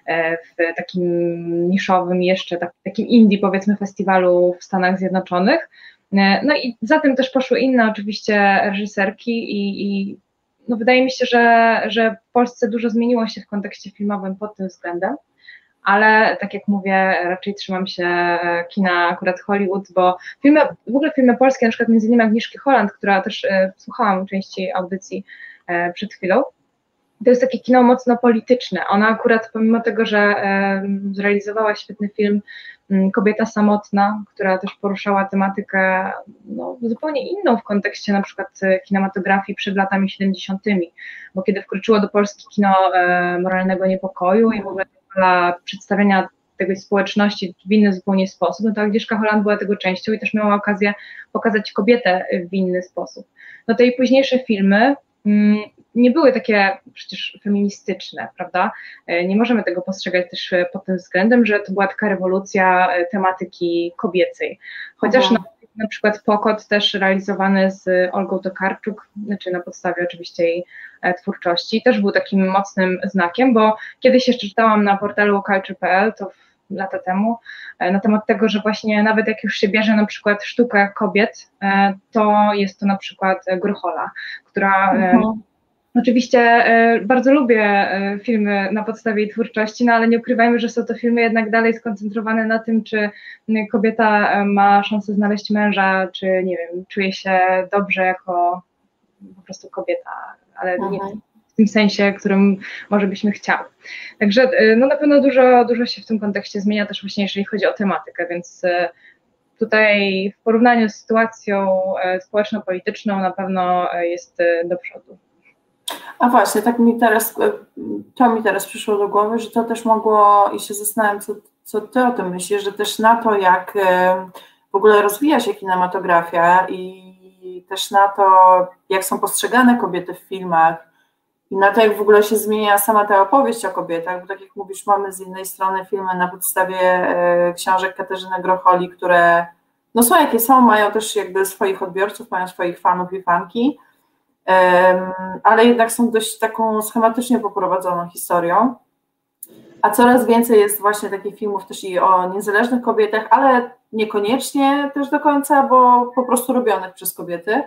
w takim niszowym jeszcze, tak, takim indie powiedzmy festiwalu w Stanach Zjednoczonych. No i za tym też poszły inne oczywiście reżyserki i, i no, wydaje mi się, że, że w Polsce dużo zmieniło się w kontekście filmowym pod tym względem, ale tak jak mówię, raczej trzymam się kina akurat Hollywood, bo filmy, w ogóle filmy polskie, na przykład między innymi Agnieszki Holland, która też e, słuchałam części audycji e, przed chwilą, to jest takie kino mocno polityczne. Ona akurat pomimo tego, że e, zrealizowała świetny film Kobieta samotna, która też poruszała tematykę no, zupełnie inną w kontekście na przykład kinematografii przed latami siedemdziesiątymi, bo kiedy wkroczyło do Polski kino e, moralnego niepokoju i w ogóle dla przedstawienia tej społeczności w inny zupełnie sposób, no to Agnieszka Holland była tego częścią i też miała okazję pokazać kobietę w inny sposób. No te jej późniejsze filmy mm, nie były takie przecież feministyczne, prawda? Nie możemy tego postrzegać też pod tym względem, że to była taka rewolucja tematyki kobiecej. Chociaż na, na przykład Pokot też realizowany z Olgą Tokarczuk, znaczy na podstawie oczywiście jej twórczości, też był takim mocnym znakiem, bo kiedyś jeszcze czytałam na portalu culture kropka p l, to lata temu, na temat tego, że właśnie nawet jak już się bierze na przykład sztukę kobiet, to jest to na przykład Gruchola, która mhm. Oczywiście e, bardzo lubię e, filmy na podstawie jej twórczości, no ale nie ukrywajmy, że są to filmy jednak dalej skoncentrowane na tym, czy kobieta ma szansę znaleźć męża, czy nie wiem, czuje się dobrze jako po prostu kobieta, ale mhm. nie w tym sensie, którym może byśmy chciały. Także e, no na pewno dużo, dużo się w tym kontekście zmienia też właśnie, jeżeli chodzi o tematykę, więc e, tutaj w porównaniu z sytuacją e, społeczno-polityczną na pewno jest e, do przodu. A właśnie, tak mi teraz, to mi teraz przyszło do głowy, że to też mogło, i się zastanawiam, co, co ty o tym myślisz, że też na to, jak w ogóle rozwija się kinematografia i też na to, jak są postrzegane kobiety w filmach i na to, jak w ogóle się zmienia sama ta opowieść o kobietach, bo tak jak mówisz, mamy z jednej strony filmy na podstawie książek Katarzyny Grocholi, które no są jakie są, mają też jakby swoich odbiorców, mają swoich fanów i fanki, ale jednak są dość taką schematycznie poprowadzoną historią, a coraz więcej jest właśnie takich filmów też i o niezależnych kobietach, ale niekoniecznie też do końca, bo po prostu robionych przez kobiety.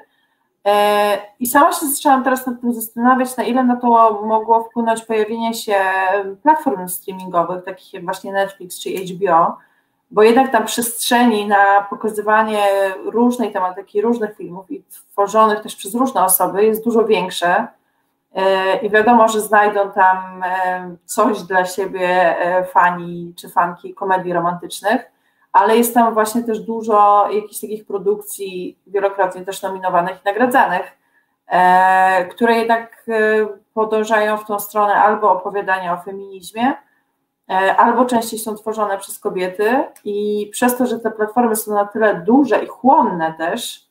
I sama się zaczęłam teraz nad tym zastanawiać, na ile na to mogło wpłynąć pojawienie się platform streamingowych, takich jak właśnie Netflix czy H B O, bo jednak tam przestrzeni na pokazywanie różnej tematyki, różnych filmów i tworzonych też przez różne osoby jest dużo większe i wiadomo, że znajdą tam coś dla siebie fani czy fanki komedii romantycznych, ale jest tam właśnie też dużo jakichś takich produkcji, wielokrotnie też nominowanych i nagradzanych, które jednak podążają w tą stronę albo opowiadania o feminizmie, albo częściej są tworzone przez kobiety i przez to, że te platformy są na tyle duże i chłonne też,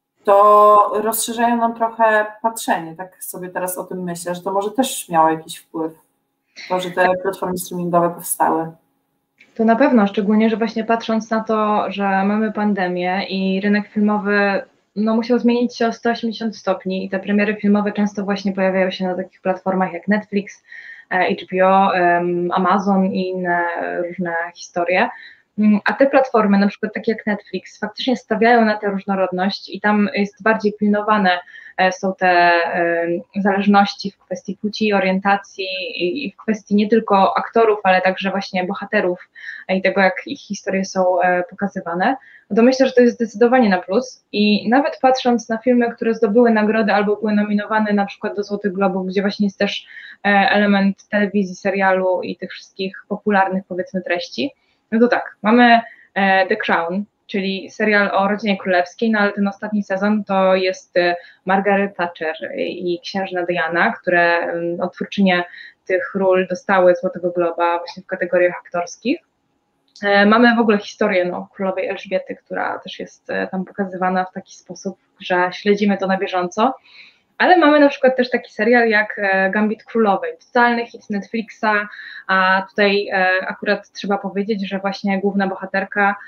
to rozszerzają nam trochę patrzenie, tak sobie teraz o tym myślę, że to może też miało jakiś wpływ, to, że te platformy streamingowe powstały. To na pewno, szczególnie, że właśnie patrząc na to, że mamy pandemię i rynek filmowy no, musiał zmienić się o sto osiemdziesiąt stopni i te premiery filmowe często właśnie pojawiają się na takich platformach jak Netflix, H B O, Amazon i inne różne historie. A te platformy, na przykład takie jak Netflix, faktycznie stawiają na tę różnorodność i tam jest bardziej pilnowane są te zależności w kwestii płci, orientacji i w kwestii nie tylko aktorów, ale także właśnie bohaterów i tego, jak ich historie są pokazywane. No to myślę, że to jest zdecydowanie na plus i nawet patrząc na filmy, które zdobyły nagrody albo były nominowane na przykład do Złotych Globów, gdzie właśnie jest też element telewizji, serialu i tych wszystkich popularnych, powiedzmy, treści, no to tak, mamy The Crown, czyli serial o rodzinie królewskiej, no ale ten ostatni sezon to jest Margaret Thatcher i księżna Diana, które odtwórczynie tych ról dostały Złotego Globa właśnie w kategoriach aktorskich. Mamy w ogóle historię no, królowej Elżbiety, która też jest tam pokazywana w taki sposób, że śledzimy to na bieżąco. Ale mamy na przykład też taki serial jak Gambit Królowej, totalny hit Netflixa, a tutaj akurat trzeba powiedzieć, że właśnie główna bohaterka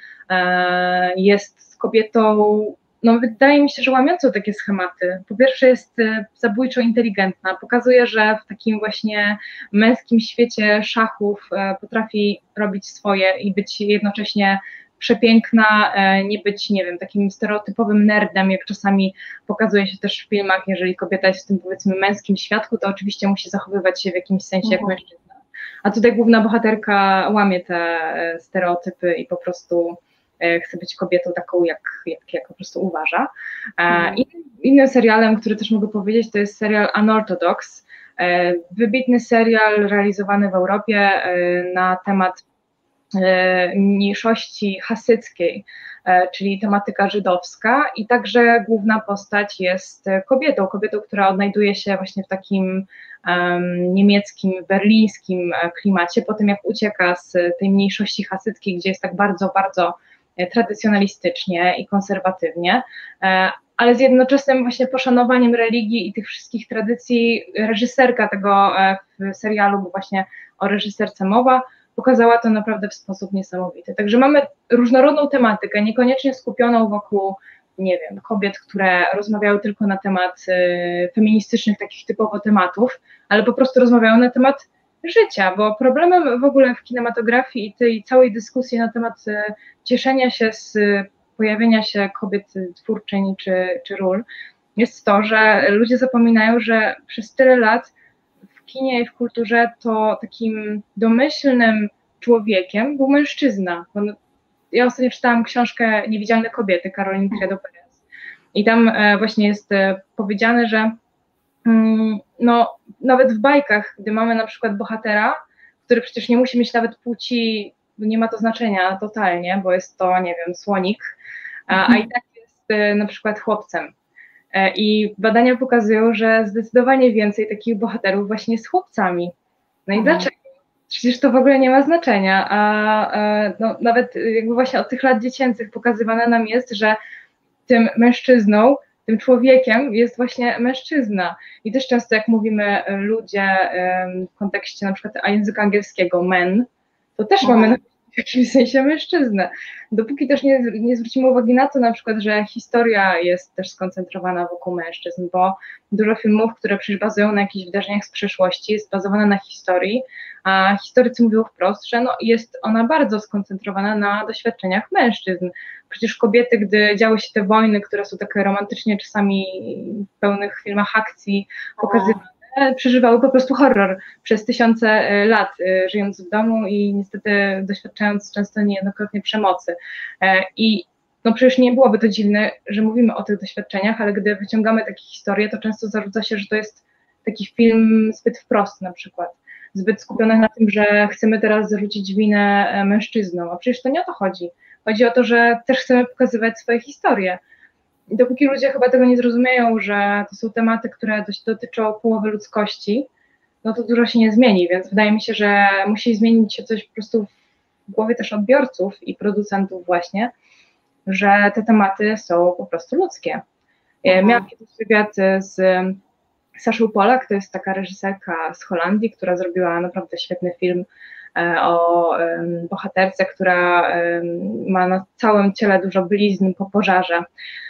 jest kobietą, no wydaje mi się, że łamiącą takie schematy. Po pierwsze jest zabójczo inteligentna, pokazuje, że w takim właśnie męskim świecie szachów potrafi robić swoje i być jednocześnie przepiękna, nie być, nie wiem, takim stereotypowym nerdem, jak czasami pokazuje się też w filmach, jeżeli kobieta jest w tym, powiedzmy, męskim świadku, to oczywiście musi zachowywać się w jakimś sensie jak mężczyzna. A tutaj główna bohaterka łamie te stereotypy i po prostu chce być kobietą taką, jak, jak, jak po prostu uważa. Mhm. Innym serialem, który też mogę powiedzieć, to jest serial Unorthodox, wybitny serial realizowany w Europie na temat mniejszości hasyckiej, czyli tematyka żydowska i także główna postać jest kobietą, kobietą, która odnajduje się właśnie w takim um, niemieckim, berlińskim klimacie, po tym jak ucieka z tej mniejszości hasyckiej, gdzie jest tak bardzo, bardzo tradycjonalistycznie i konserwatywnie, ale z jednoczesnym właśnie poszanowaniem religii i tych wszystkich tradycji. Reżyserka tego w serialu, bo właśnie o reżyserce mowa, pokazała to naprawdę w sposób niesamowity. Także mamy różnorodną tematykę, niekoniecznie skupioną wokół, nie wiem, kobiet, które rozmawiały tylko na temat y, feministycznych, takich typowo tematów, ale po prostu rozmawiały na temat życia, bo problemem w ogóle w kinematografii i tej całej dyskusji na temat y, cieszenia się z y, pojawienia się kobiet twórczyń czy, czy ról jest to, że ludzie zapominają, że przez tyle lat w kinie i w kulturze to takim domyślnym człowiekiem był mężczyzna. Ja ostatnio czytałam książkę Niewidzialne kobiety Caroline Criado Perez i tam właśnie jest powiedziane, że no, nawet w bajkach, gdy mamy na przykład bohatera, który przecież nie musi mieć nawet płci, nie ma to znaczenia totalnie, bo jest to, nie wiem, słonik, a, a i tak jest na przykład chłopcem. I badania pokazują, że zdecydowanie więcej takich bohaterów właśnie jest chłopcami. No i mhm. dlaczego? Przecież to w ogóle nie ma znaczenia, a, a no, nawet jakby właśnie od tych lat dziecięcych pokazywane nam jest, że tym mężczyzną tym człowiekiem jest właśnie mężczyzna. I też często jak mówimy ludzie w kontekście na przykład języka angielskiego men, to też Aha. mamy w jakimś sensie mężczyznę. Dopóki też nie, nie zwrócimy uwagi na to na przykład, że historia jest też skoncentrowana wokół mężczyzn, bo dużo filmów, które przecież bazują na jakichś wydarzeniach z przeszłości, jest bazowana na historii, a historycy mówią wprost, że no jest ona bardzo skoncentrowana na doświadczeniach mężczyzn. Przecież kobiety, gdy działy się te wojny, które są takie romantycznie czasami w pełnych filmach akcji pokazywane, przeżywały po prostu horror przez tysiące lat, żyjąc w domu i niestety doświadczając często niejednokrotnie przemocy. I no przecież nie byłoby to dziwne, że mówimy o tych doświadczeniach, ale gdy wyciągamy takie historie, to często zarzuca się, że to jest taki film zbyt wprost na przykład, zbyt skupiony na tym, że chcemy teraz zarzucić winę mężczyznom, a przecież to nie o to chodzi. Chodzi o to, że też chcemy pokazywać swoje historie. I dopóki ludzie chyba tego nie zrozumieją, że to są tematy, które dość dotyczą połowy ludzkości, no to dużo się nie zmieni, więc wydaje mi się, że musi zmienić się coś po prostu w głowie też odbiorców i producentów właśnie, że te tematy są po prostu ludzkie. Mhm. Miałam kiedyś wywiad z Saszą Polak, to jest taka reżyserka z Holandii, która zrobiła naprawdę świetny film o bohaterce, która ma na całym ciele dużo blizn po pożarze.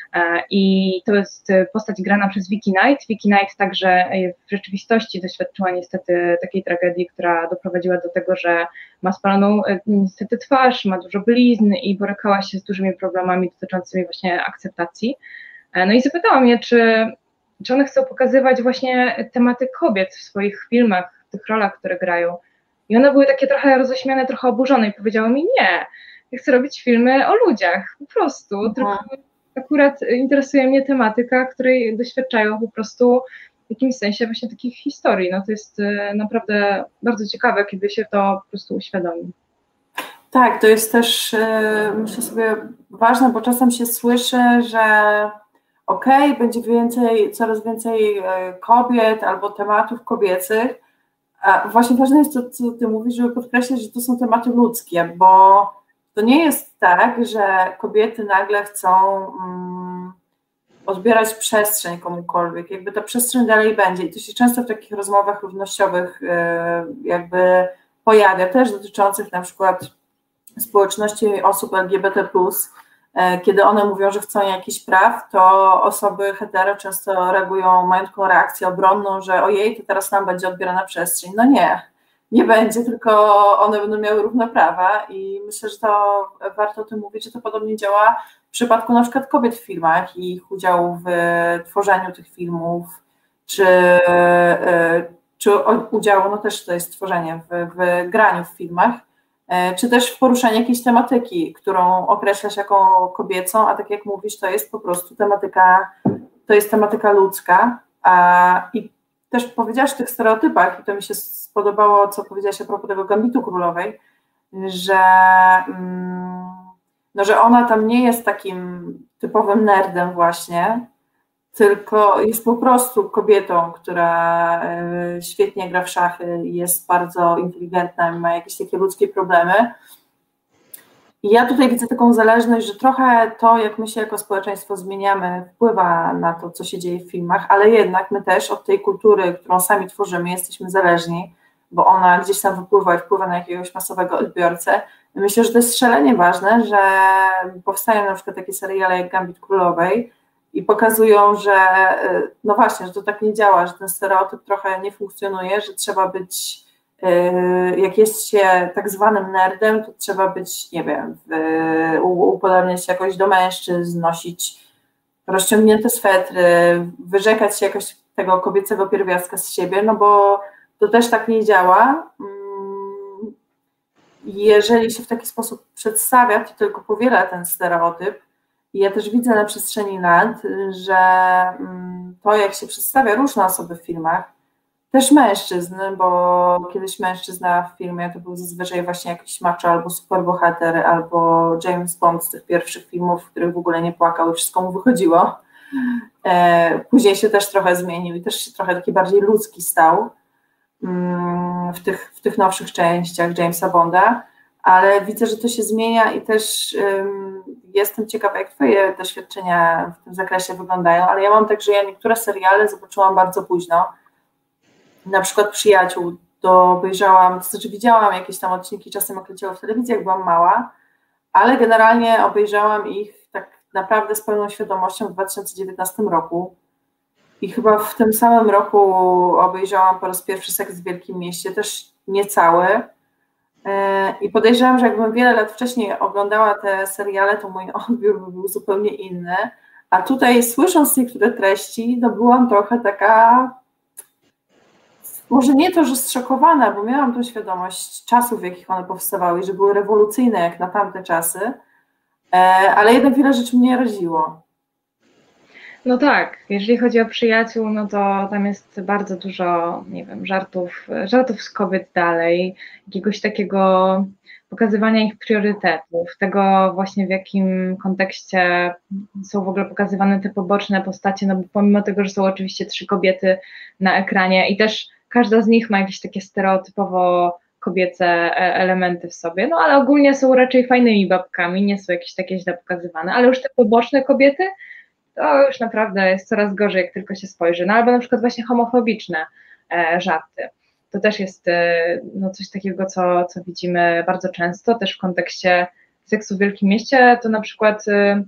I to jest postać grana przez Vicky Knight. Vicky Knight także w rzeczywistości doświadczyła niestety takiej tragedii, która doprowadziła do tego, że ma spaloną niestety twarz, ma dużo blizn i borykała się z dużymi problemami dotyczącymi właśnie akceptacji. No i zapytałam je, czy, czy one chcą pokazywać właśnie tematy kobiet w swoich filmach, w tych rolach, które grają. I one były takie trochę roześmiane, trochę oburzone i powiedziały mi, nie, ja chcę robić filmy o ludziach, po prostu, Aha. tylko akurat interesuje mnie tematyka, której doświadczają po prostu w jakimś sensie właśnie takich historii. No to jest naprawdę bardzo ciekawe, kiedy się to po prostu uświadomi. Tak, to jest też, myślę sobie, ważne, bo czasem się słyszy, że okej, okay, będzie więcej, coraz więcej kobiet albo tematów kobiecych. A właśnie ważne jest to, co ty mówisz, żeby podkreślić, że to są tematy ludzkie, bo to nie jest tak, że kobiety nagle chcą um, odbierać przestrzeń komukolwiek, jakby ta przestrzeń dalej będzie i to się często w takich rozmowach równościowych yy, jakby pojawia, też dotyczących na przykład społeczności osób L G B T plus, yy, kiedy one mówią, że chcą jakichś praw, to osoby hetero często reagują, mają taką reakcję obronną, że ojej, to teraz nam będzie odbierana przestrzeń. No nie. Nie będzie, tylko one będą miały równe prawa i myślę, że to warto o tym mówić, że to podobnie działa w przypadku na przykład kobiet w filmach i ich udziału w tworzeniu tych filmów, czy, czy udziału, no też to jest tworzenie w, w graniu w filmach, czy też w poruszaniu jakiejś tematyki, którą określasz jako kobiecą, a tak jak mówisz, to jest po prostu tematyka, to jest tematyka ludzka, a i też powiedziałaś o tych stereotypach i to mi się spodobało, co powiedziałaś a propos tego Gambitu Królowej, że, no, że ona tam nie jest takim typowym nerdem właśnie, tylko jest po prostu kobietą, która świetnie gra w szachy, jest bardzo inteligentna, ma jakieś takie ludzkie problemy. I ja tutaj widzę taką zależność, że trochę to, jak my się jako społeczeństwo zmieniamy, wpływa na to, co się dzieje w filmach, ale jednak my też od tej kultury, którą sami tworzymy, jesteśmy zależni, bo ona gdzieś tam wypływa i wpływa na jakiegoś masowego odbiorcę. Myślę, że to jest szalenie ważne, że powstają na przykład takie seriale jak Gambit Królowej i pokazują, że no właśnie, że to tak nie działa, że ten stereotyp trochę nie funkcjonuje, że trzeba być, jak jest się tak zwanym nerdem, to trzeba być, nie wiem, upodobniać się jakoś do mężczyzn, nosić rozciągnięte swetry, wyrzekać się jakoś tego kobiecego pierwiastka z siebie, no bo to też tak nie działa. Jeżeli się w taki sposób przedstawia, to tylko powiela ten stereotyp. I ja też widzę na przestrzeni lat, że to, jak się przedstawia różne osoby w filmach, też mężczyzn, bo kiedyś mężczyzna w filmie to był zazwyczaj właśnie jakiś macho albo superbohater, albo James Bond z tych pierwszych filmów, w których w ogóle nie płakał i wszystko mu wychodziło. Później się też trochę zmienił i też się trochę taki bardziej ludzki stał w tych, w tych nowszych częściach Jamesa Bonda, ale widzę, że to się zmienia i też um, jestem ciekawa, jak Twoje doświadczenia w tym zakresie wyglądają, ale ja mam tak, że ja niektóre seriale zobaczyłam bardzo późno, na przykład Przyjaciół, to obejrzałam, to znaczy widziałam jakieś tam odcinki, czasem jak leciało w telewizji, jak byłam mała, ale generalnie obejrzałam ich tak naprawdę z pełną świadomością w dwa tysiące dziewiętnastym roku i chyba w tym samym roku obejrzałam po raz pierwszy Seks w Wielkim Mieście, też niecały. I podejrzewam, że jakbym wiele lat wcześniej oglądała te seriale, to mój odbiór by był zupełnie inny. A tutaj słysząc niektóre treści, to byłam trochę taka, może nie to, że zszokowana, bo miałam tą świadomość czasów, w jakich one powstawały i że były rewolucyjne jak na tamte czasy, ale jednak wiele rzeczy mnie raziło. No tak, jeżeli chodzi o Przyjaciół, no to tam jest bardzo dużo, nie wiem, żartów, żartów z kobiet dalej, jakiegoś takiego pokazywania ich priorytetów, tego właśnie w jakim kontekście są w ogóle pokazywane te poboczne postacie, no bo pomimo tego, że są oczywiście trzy kobiety na ekranie i też każda z nich ma jakieś takie stereotypowo kobiece elementy w sobie, no ale ogólnie są raczej fajnymi babkami, nie są jakieś takie źle pokazywane, ale już te poboczne kobiety, to już naprawdę jest coraz gorzej, jak tylko się spojrzy. No albo na przykład właśnie homofobiczne e, żarty. To też jest e, no, coś takiego, co, co widzimy bardzo często, też w kontekście Seksu w Wielkim Mieście, to na przykład e,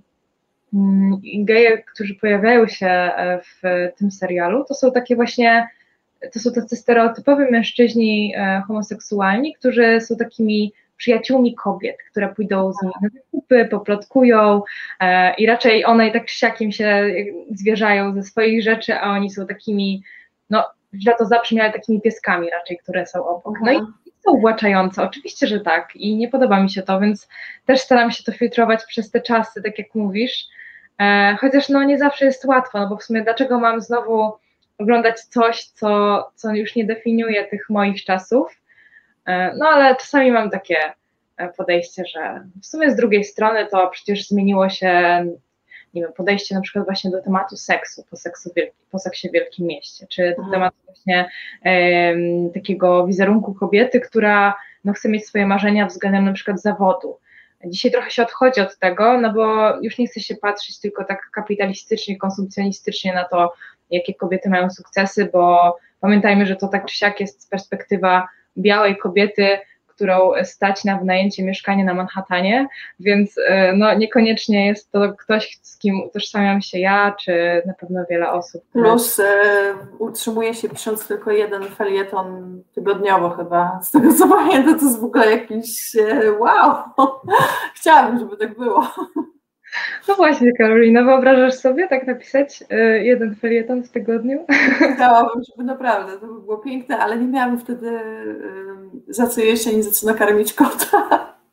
geje, którzy pojawiają się w tym serialu, to są takie właśnie, to są tacy stereotypowi mężczyźni e, homoseksualni, którzy są takimi przyjaciółmi kobiet, które pójdą z nimi na zakupy, poplotkują e, i raczej one i tak siakiem się zwierzają ze swoich rzeczy, a oni są takimi, no źle to zabrzmi, ale takimi pieskami raczej, które są obok. No i, i są uwłaczające, oczywiście, że tak i nie podoba mi się to, więc też staram się to filtrować przez te czasy, tak jak mówisz, e, chociaż no nie zawsze jest łatwo, no bo w sumie dlaczego mam znowu oglądać coś, co, co już nie definiuje tych moich czasów. No ale czasami mam takie podejście, że w sumie z drugiej strony to przecież zmieniło się, nie wiem, podejście na przykład właśnie do tematu seksu, po, seksu wielki, po seksie w Wielkim Mieście, czy do tematu właśnie um, takiego wizerunku kobiety, która no, chce mieć swoje marzenia względem na przykład zawodu. Dzisiaj trochę się odchodzi od tego, no bo już nie chce się patrzeć tylko tak kapitalistycznie, konsumpcjonistycznie na to, jakie kobiety mają sukcesy, bo pamiętajmy, że to tak czy siak jest perspektywa białej kobiety, którą stać na wynajęcie mieszkania na Manhattanie, więc no, niekoniecznie jest to ktoś, z kim utożsamiam się ja, czy na pewno wiele osób. Plus y, utrzymuje się pisząc tylko jeden felieton tygodniowo chyba, z tego co pamiętam, to jest w ogóle jakiś y, wow, chciałabym, żeby tak było. No właśnie, Karolina, wyobrażasz sobie tak napisać y, jeden felieton w tygodniu? Chciałabym, żeby naprawdę, to by było piękne, ale nie miałam wtedy y, za co jeść, ani za co nakarmić kota.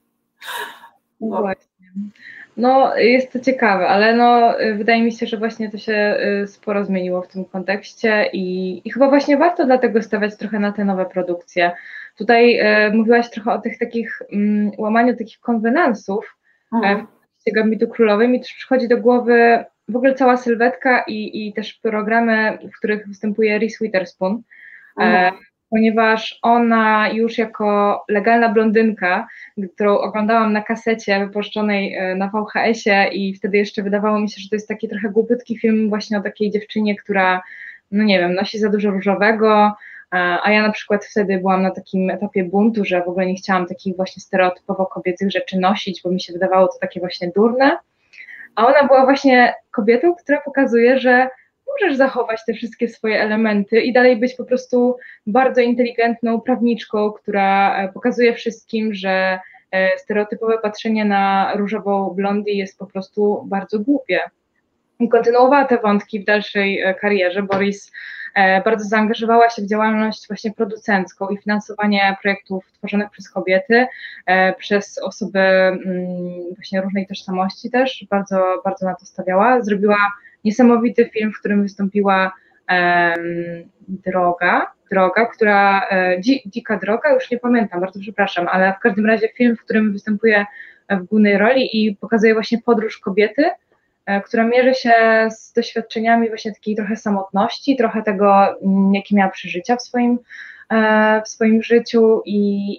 No. no właśnie. No jest to ciekawe, ale no wydaje mi się, że właśnie to się sporo zmieniło w tym kontekście i, i chyba właśnie warto dlatego stawiać trochę na te nowe produkcje. Tutaj y, mówiłaś trochę o tych takich um, łamaniu takich konwenansów, mhm. Gambitu Królowej, mi też przychodzi do głowy w ogóle cała sylwetka i, i też programy, w których występuje Reese Witherspoon, mhm. e, ponieważ ona już jako legalna blondynka, którą oglądałam na kasecie wypuszczonej na V H S-ie i wtedy jeszcze wydawało mi się, że to jest taki trochę głupiutki film właśnie o takiej dziewczynie, która, no nie wiem, nosi za dużo różowego, a ja na przykład wtedy byłam na takim etapie buntu, że w ogóle nie chciałam takich właśnie stereotypowo kobiecych rzeczy nosić, bo mi się wydawało to takie właśnie durne, a ona była właśnie kobietą, która pokazuje, że możesz zachować te wszystkie swoje elementy i dalej być po prostu bardzo inteligentną prawniczką, która pokazuje wszystkim, że stereotypowe patrzenie na różową blondi jest po prostu bardzo głupie. I kontynuowała te wątki w dalszej karierze. Boris bardzo zaangażowała się w działalność właśnie producencką i finansowanie projektów tworzonych przez kobiety, przez osoby właśnie różnej tożsamości też, bardzo, bardzo na to stawiała. Zrobiła niesamowity film, w którym wystąpiła um, Droga, Droga, która, e, dzi, Dzika Droga, już nie pamiętam, bardzo przepraszam, ale w każdym razie film, w którym występuje w głównej roli i pokazuje właśnie podróż kobiety, e, która mierzy się z doświadczeniami właśnie takiej trochę samotności, trochę tego, jakie miała przeżycia w swoim, e, w swoim życiu i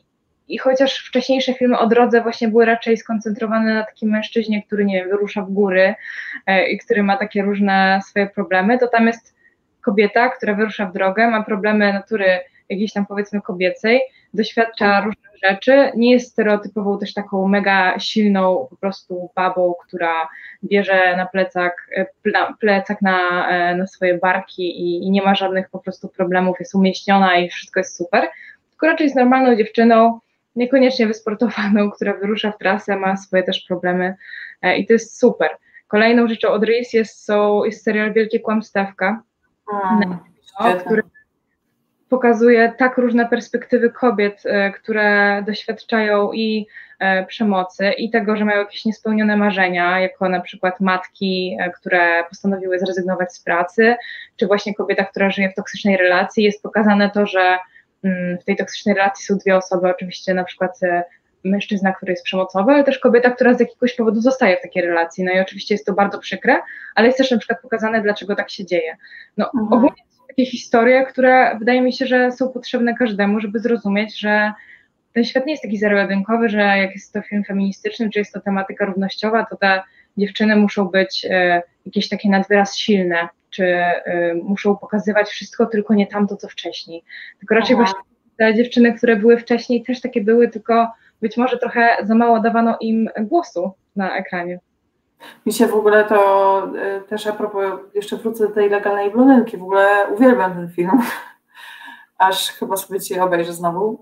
i chociaż wcześniejsze filmy o drodze właśnie były raczej skoncentrowane na takim mężczyźnie, który nie wiem, wyrusza w góry i który ma takie różne swoje problemy, to tam jest kobieta, która wyrusza w drogę, ma problemy natury jakiejś tam powiedzmy kobiecej, doświadcza różnych rzeczy, nie jest stereotypową też taką mega silną po prostu babą, która bierze na plecak, na, plecak na, na swoje barki i, i nie ma żadnych po prostu problemów, jest umieśniona i wszystko jest super, tylko raczej jest normalną dziewczyną, niekoniecznie wysportowaną, która wyrusza w trasę, ma swoje też problemy i to jest super. Kolejną rzeczą od Reese jest, so, jest serial Wielkie Kłamstewka, Hmm, no, który pokazuje tak różne perspektywy kobiet, które doświadczają i przemocy, i tego, że mają jakieś niespełnione marzenia, jako na przykład matki, które postanowiły zrezygnować z pracy, czy właśnie kobieta, która żyje w toksycznej relacji. Jest pokazane to, że w tej toksycznej relacji są dwie osoby, oczywiście na przykład mężczyzna, który jest przemocowy, ale też kobieta, która z jakiegoś powodu zostaje w takiej relacji. No i oczywiście jest to bardzo przykre, ale jest też na przykład pokazane, dlaczego tak się dzieje. No mhm. Ogólnie są takie historie, które wydaje mi się, że są potrzebne każdemu, żeby zrozumieć, że ten świat nie jest taki zero-jedynkowy, że jak jest to film feministyczny, czy jest to tematyka równościowa, to te dziewczyny muszą być e, jakieś takie nadwyraz silne, czy e, muszą pokazywać wszystko, tylko nie tamto, co wcześniej. Tylko raczej Aha. właśnie te dziewczyny, które były wcześniej, też takie były, tylko być może trochę za mało dawano im głosu na ekranie. Mi się w ogóle to y, też a propos, jeszcze wrócę do tej Legalnej Blondynki, w ogóle uwielbiam ten film, aż chyba sobie dzisiaj obejrzę znowu,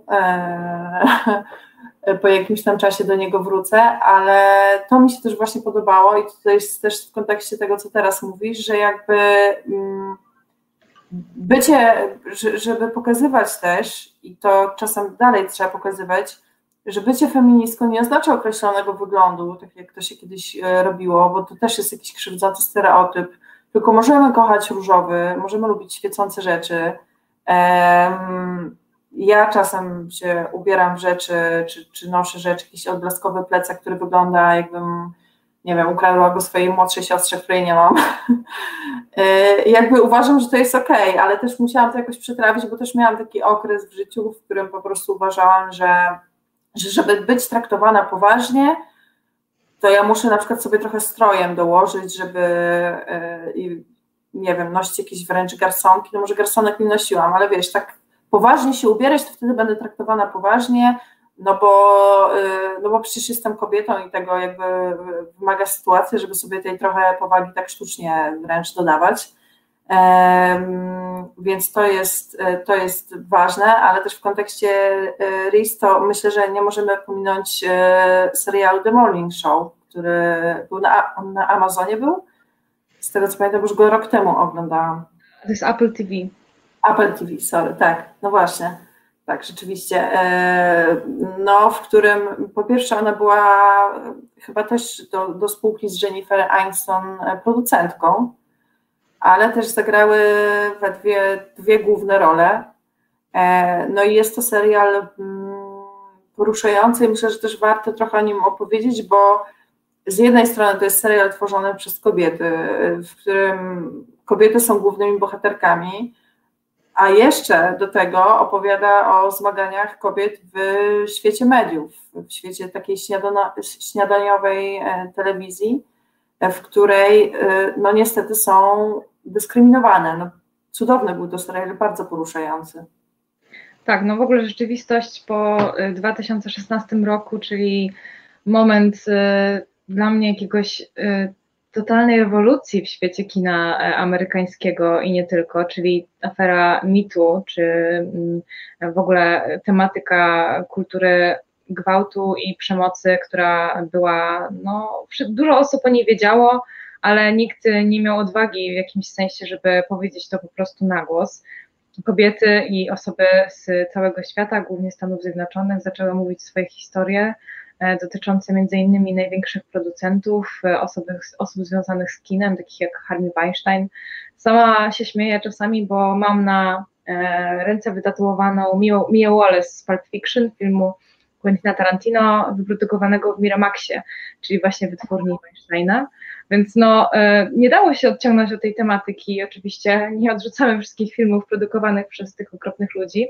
e, po jakimś tam czasie do niego wrócę, ale to mi się też właśnie podobało i to jest też w kontekście tego, co teraz mówisz, że jakby mm, bycie, żeby pokazywać też, i to czasem dalej trzeba pokazywać, że bycie feministką nie oznacza określonego wyglądu, tak jak to się kiedyś robiło, bo to też jest jakiś krzywdzący stereotyp, tylko możemy kochać różowy, możemy lubić świecące rzeczy. Ja czasem się ubieram w rzeczy, czy, czy noszę rzeczy, jakiś odblaskowy plecak, który wygląda jakbym, nie wiem, ukradła go swojej młodszej siostrze, której nie mam. Jakby uważam, że to jest okej, okay, ale też musiałam to jakoś przetrawić, bo też miałam taki okres w życiu, w którym po prostu uważałam, że że żeby być traktowana poważnie, to ja muszę na przykład sobie trochę strojem dołożyć, żeby yy, nie wiem, nosić jakieś wręcz garsonki, no może garsonek nie nosiłam, ale wiesz, tak poważnie się ubierać, to wtedy będę traktowana poważnie, no bo, yy, no bo przecież jestem kobietą i tego jakby wymaga sytuacja, żeby sobie tej trochę powagi tak sztucznie wręcz dodawać. Um, więc to jest, to jest ważne, ale też w kontekście Reese to myślę, że nie możemy pominąć serialu The Morning Show, który był na, on na Amazonie był, z tego co pamiętam, już go rok temu oglądałam. To jest Apple T V. Apple T V, sorry, tak, no właśnie, tak, rzeczywiście, no w którym po pierwsze ona była chyba też do, do spółki z Jennifer Aniston producentką, ale też zagrały we dwie, dwie główne role. No i jest to serial poruszający i myślę, że też warto trochę o nim opowiedzieć, bo z jednej strony to jest serial tworzony przez kobiety, w którym kobiety są głównymi bohaterkami, a jeszcze do tego opowiada o zmaganiach kobiet w świecie mediów, w świecie takiej śniadaniowej telewizji, w której no niestety są dyskryminowane. No, cudowny był to serial, bardzo poruszający. Tak, no w ogóle rzeczywistość po dwa tysiące szesnastym roku, czyli moment y, dla mnie jakiegoś y, totalnej rewolucji w świecie kina amerykańskiego i nie tylko, czyli afera Me Too, czy y, w ogóle tematyka kultury gwałtu i przemocy, która była, no dużo osób o niej wiedziało, ale nikt nie miał odwagi w jakimś sensie, żeby powiedzieć to po prostu na głos. Kobiety i osoby z całego świata, głównie Stanów Zjednoczonych, zaczęły mówić swoje historie dotyczące między innymi największych producentów, osób, osób związanych z kinem, takich jak Harvey Weinstein. Sama się śmieję czasami, bo mam na ręce wytatuowaną Mię Wallace z Pulp Fiction, filmu Quentina Tarantino, wyprodukowanego w Miramaxie, czyli właśnie wytwórni Weinsteina. Więc no, nie dało się odciągnąć od tej tematyki. Oczywiście nie odrzucamy wszystkich filmów produkowanych przez tych okropnych ludzi,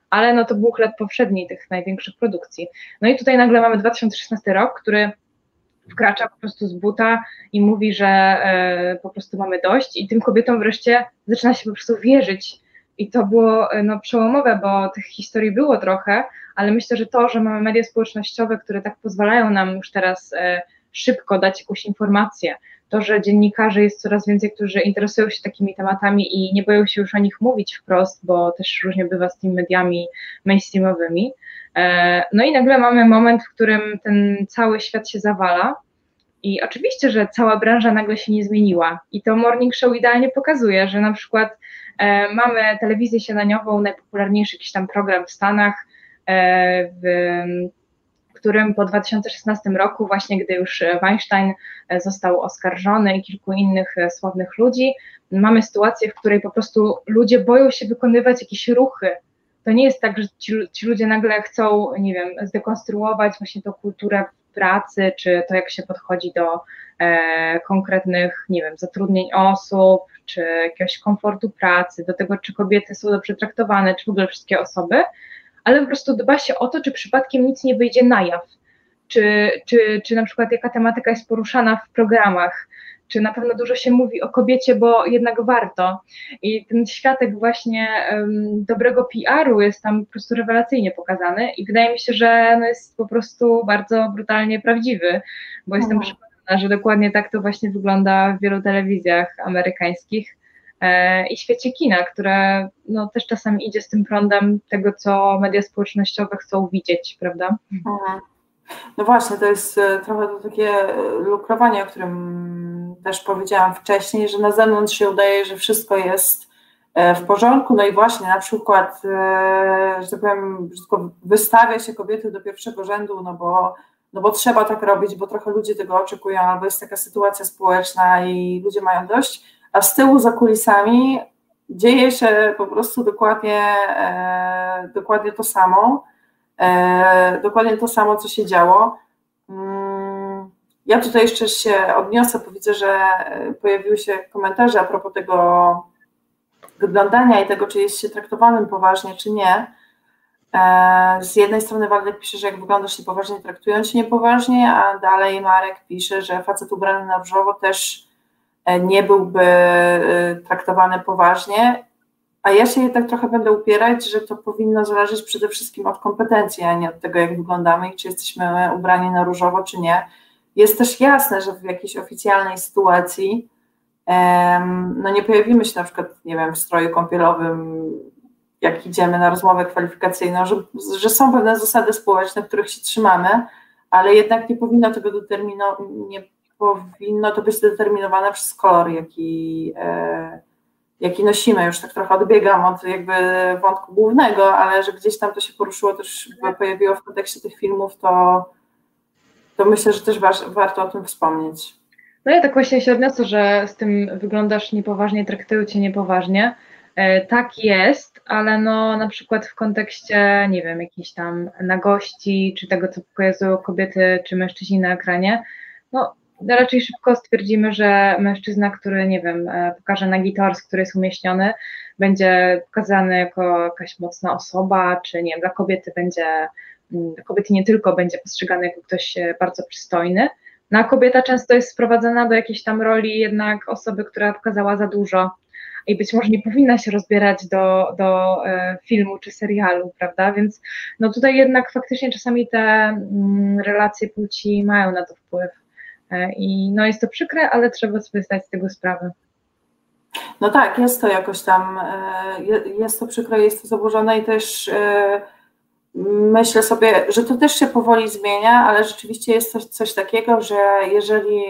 ale no to był chleb powszedni tych największych produkcji. No i tutaj nagle mamy dwa tysiące szesnasty rok, który wkracza po prostu z buta i mówi, że e, po prostu mamy dość i tym kobietom wreszcie zaczyna się po prostu wierzyć. I to było no, przełomowe, bo tych historii było trochę, ale myślę, że to, że mamy media społecznościowe, które tak pozwalają nam już teraz e, szybko dać jakąś informację, to, że dziennikarzy jest coraz więcej, którzy interesują się takimi tematami i nie boją się już o nich mówić wprost, bo też różnie bywa z tymi mediami mainstreamowymi. No i nagle mamy moment, w którym ten cały świat się zawala i oczywiście, że cała branża nagle się nie zmieniła i to Morning Show idealnie pokazuje, że na przykład mamy telewizję śniadaniową, najpopularniejszy jakiś tam program w Stanach, w którym po dwa tysiące szesnastym roku, właśnie gdy już Weinstein został oskarżony i kilku innych sławnych ludzi, mamy sytuację, w której po prostu ludzie boją się wykonywać jakieś ruchy. To nie jest tak, że ci, ci ludzie nagle chcą, nie wiem, zdekonstruować właśnie tą kulturę pracy, czy to, jak się podchodzi do e, konkretnych, nie wiem, zatrudnień osób, czy jakiegoś komfortu pracy, do tego, czy kobiety są dobrze traktowane, czy w ogóle wszystkie osoby, ale po prostu dba się o to, czy przypadkiem nic nie wyjdzie na jaw, czy, czy, czy na przykład jaka tematyka jest poruszana w programach, czy na pewno dużo się mówi o kobiecie, bo jednak warto. I ten światek właśnie um, dobrego P R u jest tam po prostu rewelacyjnie pokazany i wydaje mi się, że no jest po prostu bardzo brutalnie prawdziwy, bo jestem Mhm. przekonana, że dokładnie tak to właśnie wygląda w wielu telewizjach amerykańskich e, i świecie kina, które no, też czasami idzie z tym prądem tego, co media społecznościowe chcą widzieć, prawda? Mhm. No właśnie, to jest e, trochę to takie lukrowanie, o którym też powiedziałam wcześniej, że na zewnątrz się udaje, że wszystko jest e, w porządku, no i właśnie na przykład, e, że tak powiem, brzydko wystawia się kobiety do pierwszego rzędu, no bo, no bo trzeba tak robić, bo trochę ludzie tego oczekują, albo jest taka sytuacja społeczna i ludzie mają dość, a z tyłu za kulisami dzieje się po prostu dokładnie, e, dokładnie to samo. E, dokładnie to samo, co się działo. Mm, ja tutaj jeszcze się odniosę, bo widzę, że pojawiły się komentarze a propos tego wyglądania i tego, czy jest się traktowanym poważnie, czy nie. E, z jednej strony Waldek pisze, że jak wyglądasz niepoważnie, traktują cię niepoważnie, a dalej Marek pisze, że facet ubrany na różowo też nie byłby traktowany poważnie. A ja się jednak trochę będę upierać, że to powinno zależeć przede wszystkim od kompetencji, a nie od tego, jak wyglądamy i czy jesteśmy ubrani na różowo, czy nie. Jest też jasne, że w jakiejś oficjalnej sytuacji um, no nie pojawimy się na przykład, nie wiem, w stroju kąpielowym, jak idziemy na rozmowę kwalifikacyjną, że, że są pewne zasady społeczne, których się trzymamy, ale jednak nie powinno tego determinować, nie powinno to być determinowane przez kolor, jaki e, jaki nosimy, już tak trochę odbiegam od jakby wątku głównego, ale że gdzieś tam to się poruszyło, też pojawiło w kontekście tych filmów, to, to myślę, że też wa- warto o tym wspomnieć. No ja tak właśnie się odniosę, że z tym wyglądasz niepoważnie, traktują cię niepoważnie. E, tak jest, ale no na przykład w kontekście, nie wiem, jakiejś tam nagości, czy tego, co pokazują kobiety, czy mężczyźni na ekranie, no raczej szybko stwierdzimy, że mężczyzna, który, nie wiem, pokaże nagi tors, który jest umieśniony, będzie pokazany jako jakaś mocna osoba, czy nie wiem, dla kobiety będzie, dla kobiety nie tylko będzie postrzegany jako ktoś bardzo przystojny, no a kobieta często jest sprowadzana do jakiejś tam roli jednak osoby, która pokazała za dużo i być może nie powinna się rozbierać do, do e, filmu czy serialu, prawda, więc no tutaj jednak faktycznie czasami te mm, relacje płci mają na to wpływ. I no jest to przykre, ale trzeba sobie zdać z tego sprawę. No tak, jest to jakoś tam, jest to przykre, jest to zaburzone i też myślę sobie, że to też się powoli zmienia, ale rzeczywiście jest coś, coś takiego, że jeżeli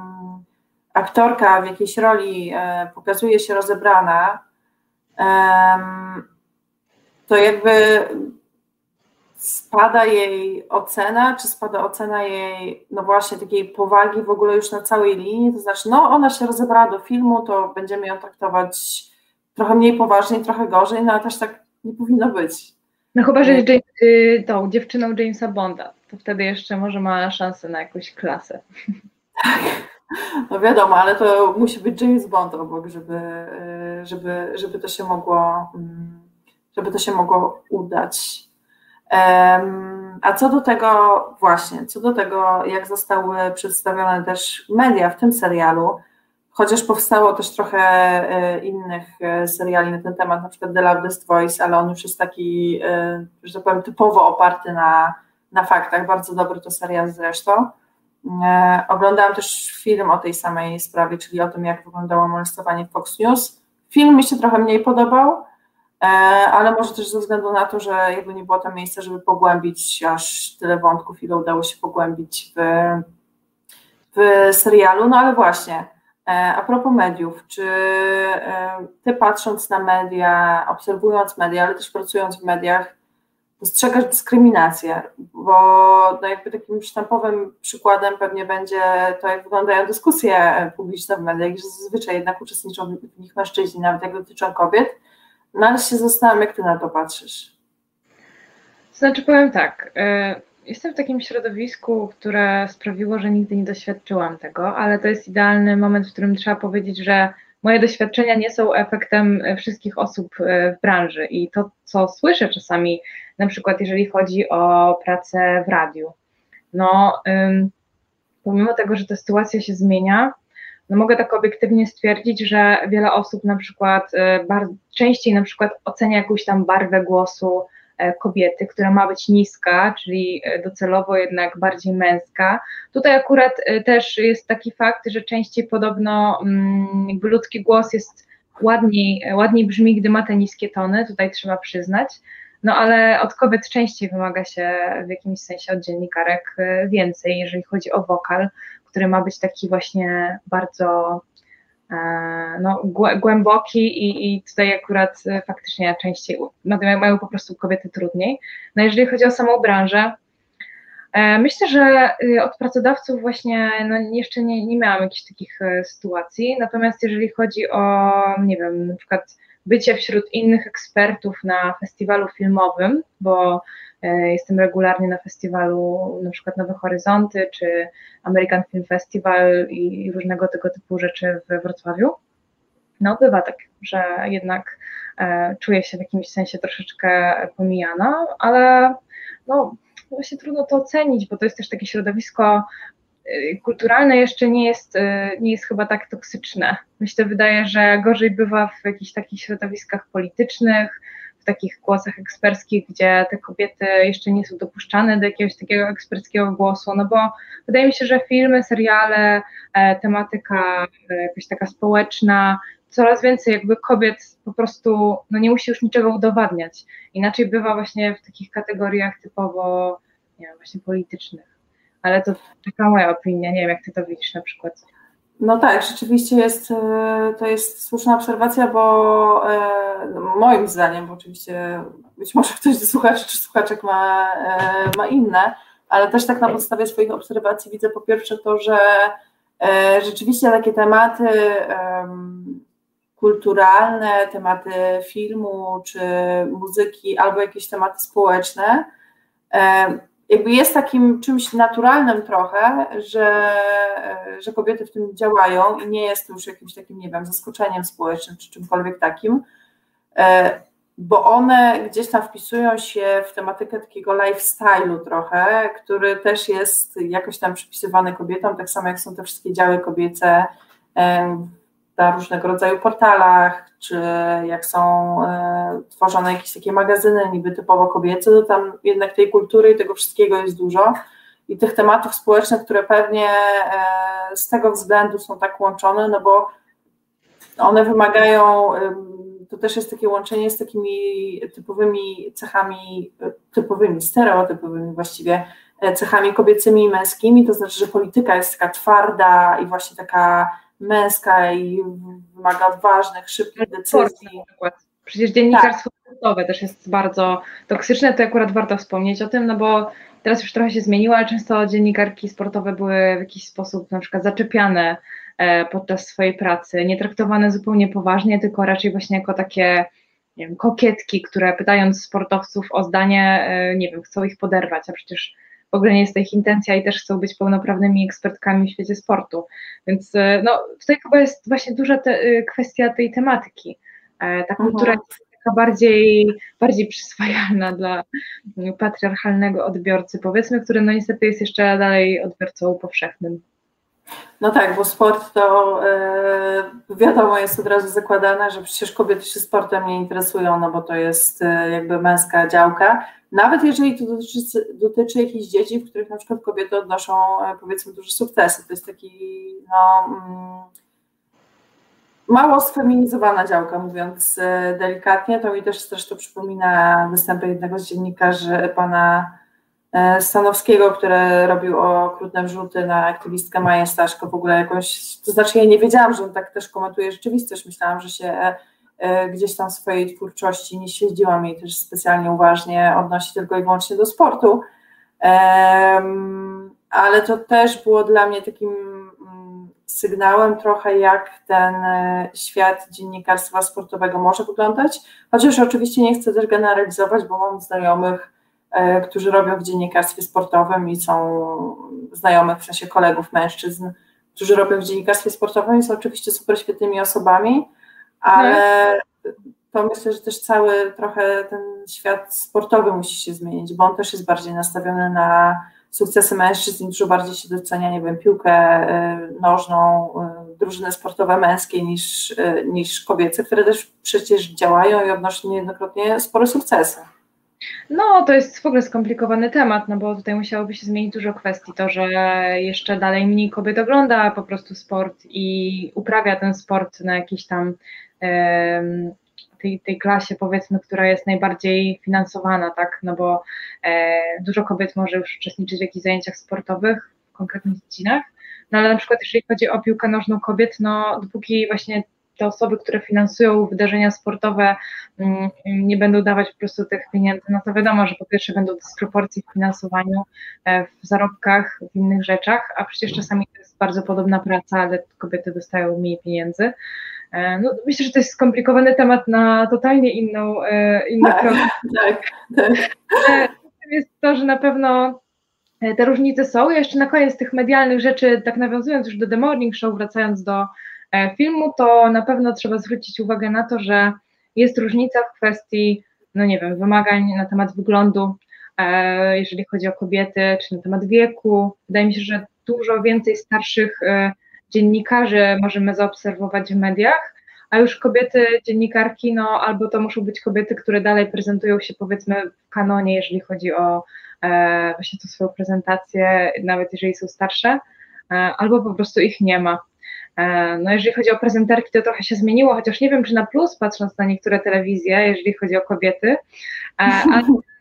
aktorka w jakiejś roli pokazuje się rozebrana, to jakby spada jej ocena, czy spada ocena jej, no właśnie, takiej powagi w ogóle już na całej linii, to znaczy, no ona się rozebrała do filmu, to będziemy ją traktować trochę mniej poważnie, trochę gorzej, no a też tak nie powinno być. No chyba, że jest James, y, tą dziewczyną Jamesa Bonda, to wtedy jeszcze może ma szansę na jakąś klasę. Tak, no wiadomo, ale to musi być James Bond obok, żeby, żeby, żeby to się mogło... żeby to się mogło udać. A co do tego właśnie, co do tego, jak zostały przedstawione też media w tym serialu, chociaż powstało też trochę innych seriali na ten temat, na przykład The Loudest Voice, ale on już jest taki, że tak powiem, typowo oparty na, na faktach, bardzo dobry to serial zresztą. Oglądałam też film o tej samej sprawie, czyli o tym, jak wyglądało molestowanie w Fox News. Film mi się trochę mniej podobał, ale może też ze względu na to, że jakby nie było tam miejsca, żeby pogłębić aż tyle wątków, ile udało się pogłębić w, w serialu. No ale właśnie, a propos mediów, czy ty patrząc na media, obserwując media, ale też pracując w mediach, dostrzegasz dyskryminację? Bo no jakby takim sztampowym przykładem pewnie będzie to, jak wyglądają dyskusje publiczne w mediach, że zazwyczaj jednak uczestniczą w nich mężczyźni, nawet jak dotyczą kobiet. No ale się zastanawiam, jak ty na to patrzysz. Znaczy powiem tak, jestem w takim środowisku, które sprawiło, że nigdy nie doświadczyłam tego, ale to jest idealny moment, w którym trzeba powiedzieć, że moje doświadczenia nie są efektem wszystkich osób w branży i to, co słyszę czasami, na przykład jeżeli chodzi o pracę w radiu, no pomimo tego, że ta sytuacja się zmienia, no mogę tak obiektywnie stwierdzić, że wiele osób na przykład bardzo częściej na przykład ocenia jakąś tam barwę głosu kobiety, która ma być niska, czyli docelowo jednak bardziej męska. Tutaj akurat też jest taki fakt, że częściej podobno jakby ludzki głos jest ładniej, ładniej brzmi, gdy ma te niskie tony, tutaj trzeba przyznać, no ale od kobiet częściej wymaga się w jakimś sensie od dziennikarek więcej, jeżeli chodzi o wokal, który ma być taki właśnie bardzo no, głęboki i, i tutaj akurat faktycznie częściej mają po prostu kobiety trudniej. No jeżeli chodzi o samą branżę, myślę, że od pracodawców właśnie no, jeszcze nie, nie miałam jakichś takich sytuacji, natomiast jeżeli chodzi o, nie wiem, na przykład bycie wśród innych ekspertów na festiwalu filmowym, bo jestem regularnie na festiwalu na przykład Nowe Horyzonty czy American Film Festival i różnego tego typu rzeczy w Wrocławiu. No bywa tak, że jednak e, czuję się w jakimś sensie troszeczkę pomijana, ale no właśnie trudno to ocenić, bo to jest też takie środowisko y, kulturalne jeszcze nie jest, y, nie jest chyba tak toksyczne. Mi się to wydaje, że gorzej bywa w jakichś takich środowiskach politycznych, w takich głosach eksperckich, gdzie te kobiety jeszcze nie są dopuszczane do jakiegoś takiego eksperckiego głosu, no bo wydaje mi się, że filmy, seriale, e, tematyka e, jakaś taka społeczna, coraz więcej jakby kobiet po prostu no nie musi już niczego udowadniać. Inaczej bywa właśnie w takich kategoriach typowo, nie wiem, właśnie politycznych. Ale to taka moja opinia, nie wiem, jak ty to widzisz na przykład. No tak, rzeczywiście jest, to jest słuszna obserwacja, bo moim zdaniem, bo oczywiście być może ktoś ze słuchaczy czy słuchaczek ma, ma inne, ale też tak na podstawie swoich obserwacji widzę po pierwsze to, że rzeczywiście takie tematy kulturalne, tematy filmu czy muzyki albo jakieś tematy społeczne jakby jest takim czymś naturalnym trochę, że, że kobiety w tym działają i nie jest to już jakimś takim, nie wiem, zaskoczeniem społecznym czy czymkolwiek takim, bo one gdzieś tam wpisują się w tematykę takiego lifestyle'u trochę, który też jest jakoś tam przypisywany kobietom, tak samo jak są te wszystkie działy kobiece na różnego rodzaju portalach, czy jak są e, tworzone jakieś takie magazyny niby typowo kobiece, to tam jednak tej kultury i tego wszystkiego jest dużo i tych tematów społecznych, które pewnie e, z tego względu są tak łączone, no bo one wymagają, e, to też jest takie łączenie z takimi typowymi cechami, typowymi, stereotypowymi właściwie cechami kobiecymi i męskimi, to znaczy, że polityka jest taka twarda i właśnie taka męska i wymaga odważnych, szybkich decyzji. Przecież dziennikarstwo sportowe tak. też jest bardzo toksyczne, to akurat warto wspomnieć o tym, no bo teraz już trochę się zmieniło, ale często dziennikarki sportowe były w jakiś sposób na przykład zaczepiane podczas swojej pracy, nie traktowane zupełnie poważnie, tylko raczej właśnie jako takie, nie wiem, kokietki, które pytając sportowców o zdanie, nie wiem, chcą ich poderwać, a przecież w ogóle nie jest to ich intencja i też chcą być pełnoprawnymi ekspertkami w świecie sportu. Więc no, tutaj chyba jest właśnie duża te, kwestia tej tematyki. Ta kultura mhm. jest taka bardziej, bardziej przyswajalna dla patriarchalnego odbiorcy, powiedzmy, który no niestety jest jeszcze dalej odbiorcą powszechnym. No tak, bo sport to yy, wiadomo jest od razu zakładane, że przecież kobiety się sportem nie interesują, no bo to jest yy, jakby męska działka. Nawet jeżeli to dotyczy, dotyczy jakichś dzieci, w których na przykład kobiety odnoszą yy, powiedzmy duże sukcesy. To jest taki no, mm, mało sfeminizowana działka, mówiąc yy, delikatnie. To mi też zresztą przypomina występy jednego z dziennikarzy, pana Stanowskiego, który robił okrutne wrzuty na aktywistkę Maję Staszko, w ogóle jakąś, to znaczy ja nie wiedziałam, że on tak też komentuje rzeczywistość, myślałam, że się gdzieś tam w swojej twórczości nie śledziłam jej też specjalnie uważnie, odnosi tylko i wyłącznie do sportu, ale to też było dla mnie takim sygnałem trochę, jak ten świat dziennikarstwa sportowego może wyglądać, chociaż oczywiście nie chcę też generalizować, bo mam znajomych, którzy robią w dziennikarstwie sportowym i są znajomych, w sensie kolegów mężczyzn, którzy robią w dziennikarstwie sportowym i są oczywiście super świetnymi osobami, ale to myślę, że też cały trochę ten świat sportowy musi się zmienić, bo on też jest bardziej nastawiony na sukcesy mężczyzn, dużo bardziej się docenia, nie wiem, piłkę nożną, drużyny sportowe męskie niż, niż kobiece, które też przecież działają i odnoszą niejednokrotnie spore sukcesy. No, to jest w ogóle skomplikowany temat, no bo tutaj musiałoby się zmienić dużo kwestii. To, że jeszcze dalej mniej kobiet ogląda po prostu sport i uprawia ten sport na jakiejś tam um, tej, tej klasie, powiedzmy, która jest najbardziej finansowana, tak, no bo e, dużo kobiet może już uczestniczyć w jakichś zajęciach sportowych w konkretnych dziedzinach, no ale na przykład jeżeli chodzi o piłkę nożną kobiet, no dopóki właśnie te osoby, które finansują wydarzenia sportowe, nie będą dawać po prostu tych pieniędzy, no to wiadomo, że po pierwsze będą dysproporcje w finansowaniu, w zarobkach, w innych rzeczach, a przecież czasami to jest bardzo podobna praca, ale kobiety dostają mniej pieniędzy. No, myślę, że to jest skomplikowany temat na totalnie inną inny tak, program. Tak, tak. Ale jest to, że na pewno te różnice są. Ja jeszcze na koniec tych medialnych rzeczy, tak nawiązując już do The Morning Show, wracając do filmu, to na pewno trzeba zwrócić uwagę na to, że jest różnica w kwestii, no nie wiem, wymagań na temat wyglądu, jeżeli chodzi o kobiety, czy na temat wieku. Wydaje mi się, że dużo więcej starszych dziennikarzy możemy zaobserwować w mediach, a już kobiety dziennikarki, no albo to muszą być kobiety, które dalej prezentują się, powiedzmy, w kanonie, jeżeli chodzi o właśnie tą swoją prezentację, nawet jeżeli są starsze, albo po prostu ich nie ma. No jeżeli chodzi o prezenterki, to trochę się zmieniło, chociaż nie wiem, czy na plus, patrząc na niektóre telewizje, jeżeli chodzi o kobiety, ale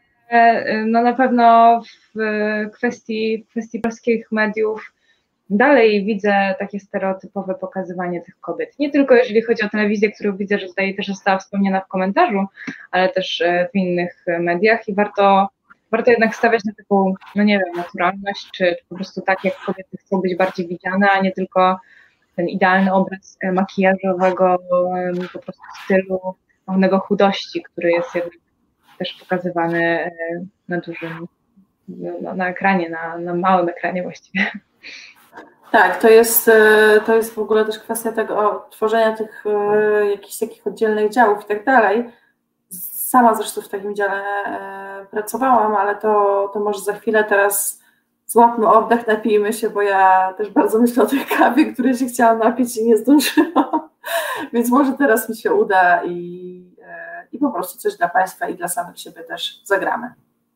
no na pewno w kwestii, w kwestii polskich mediów dalej widzę takie stereotypowe pokazywanie tych kobiet. Nie tylko jeżeli chodzi o telewizję, którą widzę, że tutaj też została wspomniana w komentarzu, ale też w innych mediach i warto, warto jednak stawiać na taką, no nie wiem, naturalność, czy, czy po prostu tak, jak kobiety chcą być bardziej widziane, a nie tylko ten idealny obraz makijażowego po prostu stylu pełnego chudości, który jest jakby też pokazywany na dużym, na, na ekranie, na, na małym ekranie właściwie. Tak, to jest, to jest w ogóle też kwestia tego tworzenia tych jakichś takich oddzielnych działów i tak dalej. Sama zresztą w takim dziale pracowałam, ale to, to może za chwilę teraz złapmy oddech, napijmy się, bo ja też bardzo myślę o tej kawie, której się chciałam napić i nie zdążyłam, więc może teraz mi się uda i, i po prostu coś dla Państwa i dla samych siebie też zagramy.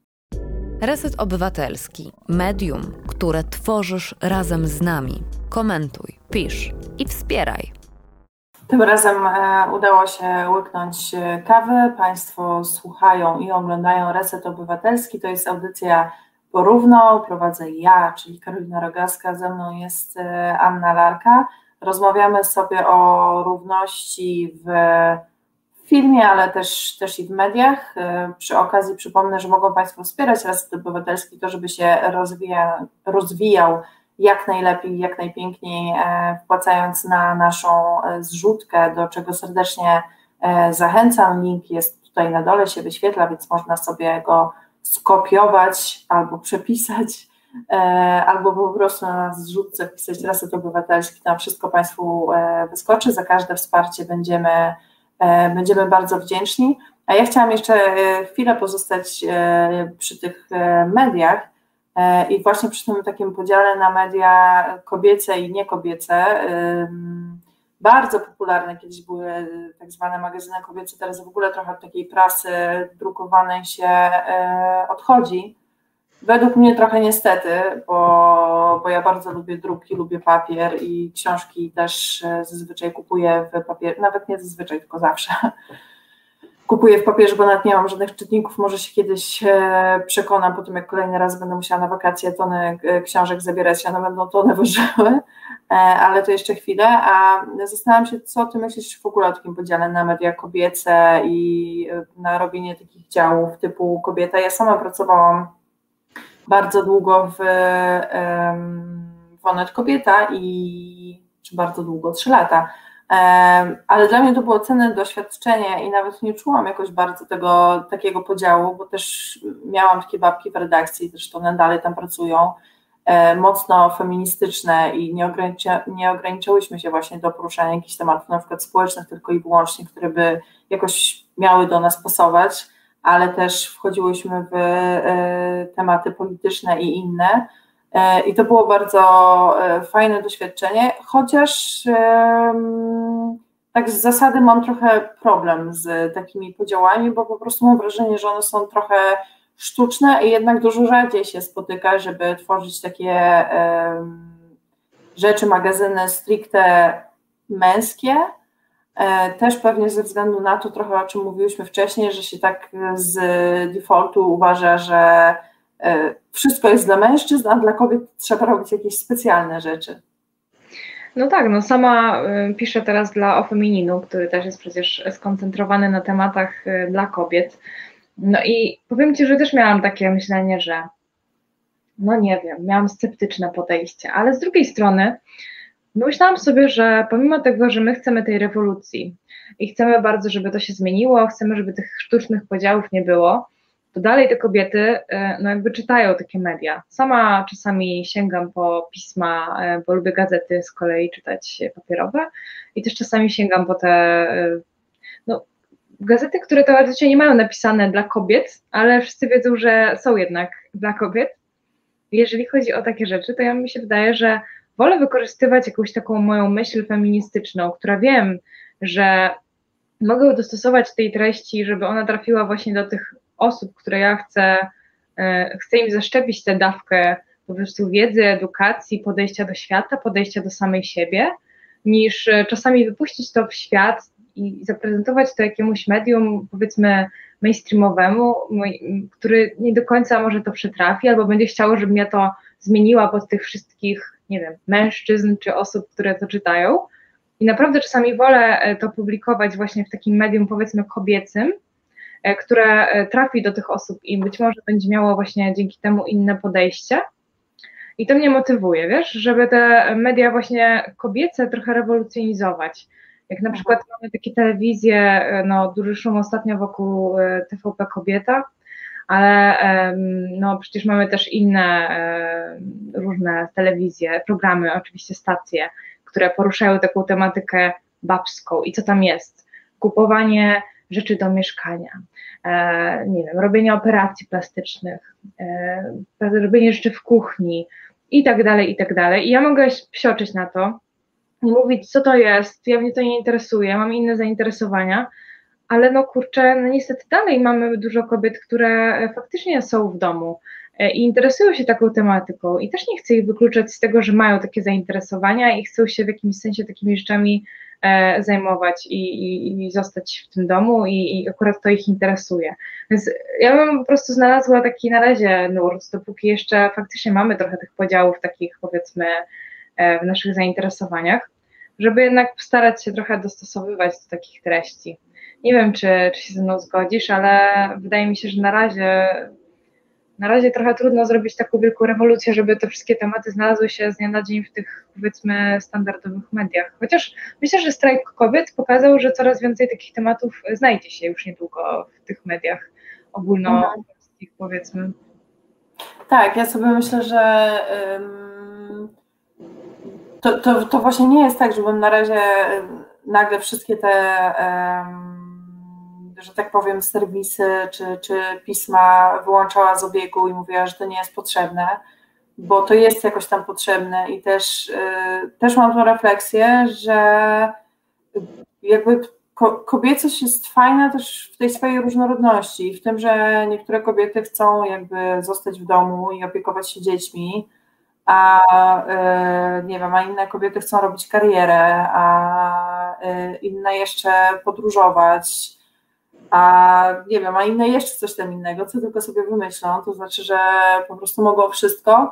Reset Obywatelski. Medium, które tworzysz razem z nami. Komentuj, pisz i wspieraj. Tym razem udało się łyknąć kawy. Państwo słuchają i oglądają Reset Obywatelski. To jest audycja Porówno, prowadzę ja, czyli Karolina Rogaska, ze mną jest Anna Larka. Rozmawiamy sobie o równości w filmie, ale też, też i w mediach. Przy okazji przypomnę, że mogą Państwo wspierać Reset Obywatelski, to żeby się rozwija, rozwijał jak najlepiej, jak najpiękniej, wpłacając na naszą zrzutkę, do czego serdecznie zachęcam. Link jest tutaj na dole, się wyświetla, więc można sobie go skopiować albo przepisać, albo po prostu na zrzutce wpisać Reset Obywatelski, tam wszystko Państwu wyskoczy, za każde wsparcie będziemy, będziemy bardzo wdzięczni. A ja chciałam jeszcze chwilę pozostać przy tych mediach i właśnie przy tym takim podziale na media kobiece i niekobiece. Bardzo popularne kiedyś były tak zwane magazyny kobiece, teraz w ogóle trochę od takiej prasy drukowanej się odchodzi. Według mnie trochę niestety, bo, bo ja bardzo lubię druki, lubię papier i książki też zazwyczaj kupuję w papierze, nawet nie zazwyczaj, tylko zawsze. Kupuję w papierze, bo nawet nie mam żadnych czytników, może się kiedyś przekonam po tym, jak kolejny raz będę musiała na wakacje tony książek zabierać, one będą tony wyżyły, ale to jeszcze chwilę. A zastanawiam się, co ty myślisz w ogóle o takim podziale na media kobiece i na robienie takich działów typu kobieta. Ja sama pracowałam bardzo długo w, w Onet Kobieta i czy bardzo długo, trzy lata. Ale dla mnie to było cenne doświadczenie i nawet nie czułam jakoś bardzo tego takiego podziału, bo też miałam takie babki w redakcji, zresztą one dalej tam pracują, mocno feministyczne i nie, ograniczy, nie ograniczyłyśmy się właśnie do poruszania jakichś tematów na przykład społecznych tylko i wyłącznie, które by jakoś miały do nas pasować, ale też wchodziłyśmy w tematy polityczne i inne. I to było bardzo fajne doświadczenie, chociaż tak z zasady mam trochę problem z takimi podziałami, bo po prostu mam wrażenie, że one są trochę sztuczne i jednak dużo rzadziej się spotyka, żeby tworzyć takie rzeczy, magazyny stricte męskie. Też pewnie ze względu na to trochę, o czym mówiłyśmy wcześniej, że się tak z defaultu uważa, że wszystko jest dla mężczyzn, a dla kobiet trzeba robić jakieś specjalne rzeczy. No tak, no sama piszę teraz dla O Femininu, który też jest przecież skoncentrowany na tematach dla kobiet. No i powiem Ci, że też miałam takie myślenie, że no nie wiem, miałam sceptyczne podejście, ale z drugiej strony myślałam sobie, że pomimo tego, że my chcemy tej rewolucji i chcemy bardzo, żeby to się zmieniło, chcemy, żeby tych sztucznych podziałów nie było, to dalej te kobiety no jakby czytają takie media. Sama czasami sięgam po pisma, bo lubię gazety z kolei czytać papierowe i też czasami sięgam po te no, gazety, które teoretycznie nie mają napisane dla kobiet, ale wszyscy wiedzą, że są jednak dla kobiet. Jeżeli chodzi o takie rzeczy, to ja mi się wydaje, że wolę wykorzystywać jakąś taką moją myśl feministyczną, która wiem, że mogę dostosować tej treści, żeby ona trafiła właśnie do tych osób, które ja chcę, chcę im zaszczepić tę dawkę po prostu wiedzy, edukacji, podejścia do świata, podejścia do samej siebie, niż czasami wypuścić to w świat i zaprezentować to jakiemuś medium, powiedzmy mainstreamowemu, który nie do końca może to przytrafi, albo będzie chciało, żebym ja to zmieniła pod tych wszystkich, nie wiem, mężczyzn czy osób, które to czytają. I naprawdę czasami wolę to publikować właśnie w takim medium, powiedzmy, kobiecym, które trafi do tych osób i być może będzie miało właśnie dzięki temu inne podejście. I to mnie motywuje, wiesz, żeby te media właśnie kobiece trochę rewolucjonizować. Jak na przykład mamy takie telewizje, no duży szum ostatnio wokół T V P Kobieta, ale no przecież mamy też inne różne telewizje, programy, oczywiście stacje, które poruszają taką tematykę babską i co tam jest. Kupowanie rzeczy do mieszkania, nie wiem, robienie operacji plastycznych, robienie rzeczy w kuchni i tak dalej, i tak dalej. I ja mogę psioczyć na to i mówić, co to jest, ja mnie to nie interesuje, mam inne zainteresowania, ale no kurczę, no niestety dalej mamy dużo kobiet, które faktycznie są w domu i interesują się taką tematyką i też nie chcę ich wykluczać z tego, że mają takie zainteresowania i chcą się w jakimś sensie takimi rzeczami e, zajmować i, i, i zostać w tym domu i, i akurat to ich interesuje. Więc ja bym po prostu znalazła taki na razie nurt, dopóki jeszcze faktycznie mamy trochę tych podziałów takich, powiedzmy, e, w naszych zainteresowaniach, żeby jednak starać się trochę dostosowywać do takich treści. Nie wiem, czy, czy się ze mną zgodzisz, ale wydaje mi się, że na razie Na razie trochę trudno zrobić taką wielką rewolucję, żeby te wszystkie tematy znalazły się z dnia na dzień w tych, powiedzmy, standardowych mediach. Chociaż myślę, że strajk kobiet pokazał, że coraz więcej takich tematów znajdzie się już niedługo w tych mediach ogólnopolskich, powiedzmy. Tak, ja sobie myślę, że um, to, to, to właśnie nie jest tak, żebym na razie nagle wszystkie te um, że tak powiem, serwisy czy, czy pisma wyłączała z obiegu i mówiła, że to nie jest potrzebne, bo to jest jakoś tam potrzebne i też, też mam tą refleksję, że jakby kobiecość jest fajna też w tej swojej różnorodności, w tym, że niektóre kobiety chcą jakby zostać w domu i opiekować się dziećmi, a nie wiem, a inne kobiety chcą robić karierę, a inne jeszcze podróżować, a nie wiem, a inne jeszcze coś tam innego, co tylko sobie wymyślą, to znaczy, że po prostu mogą wszystko.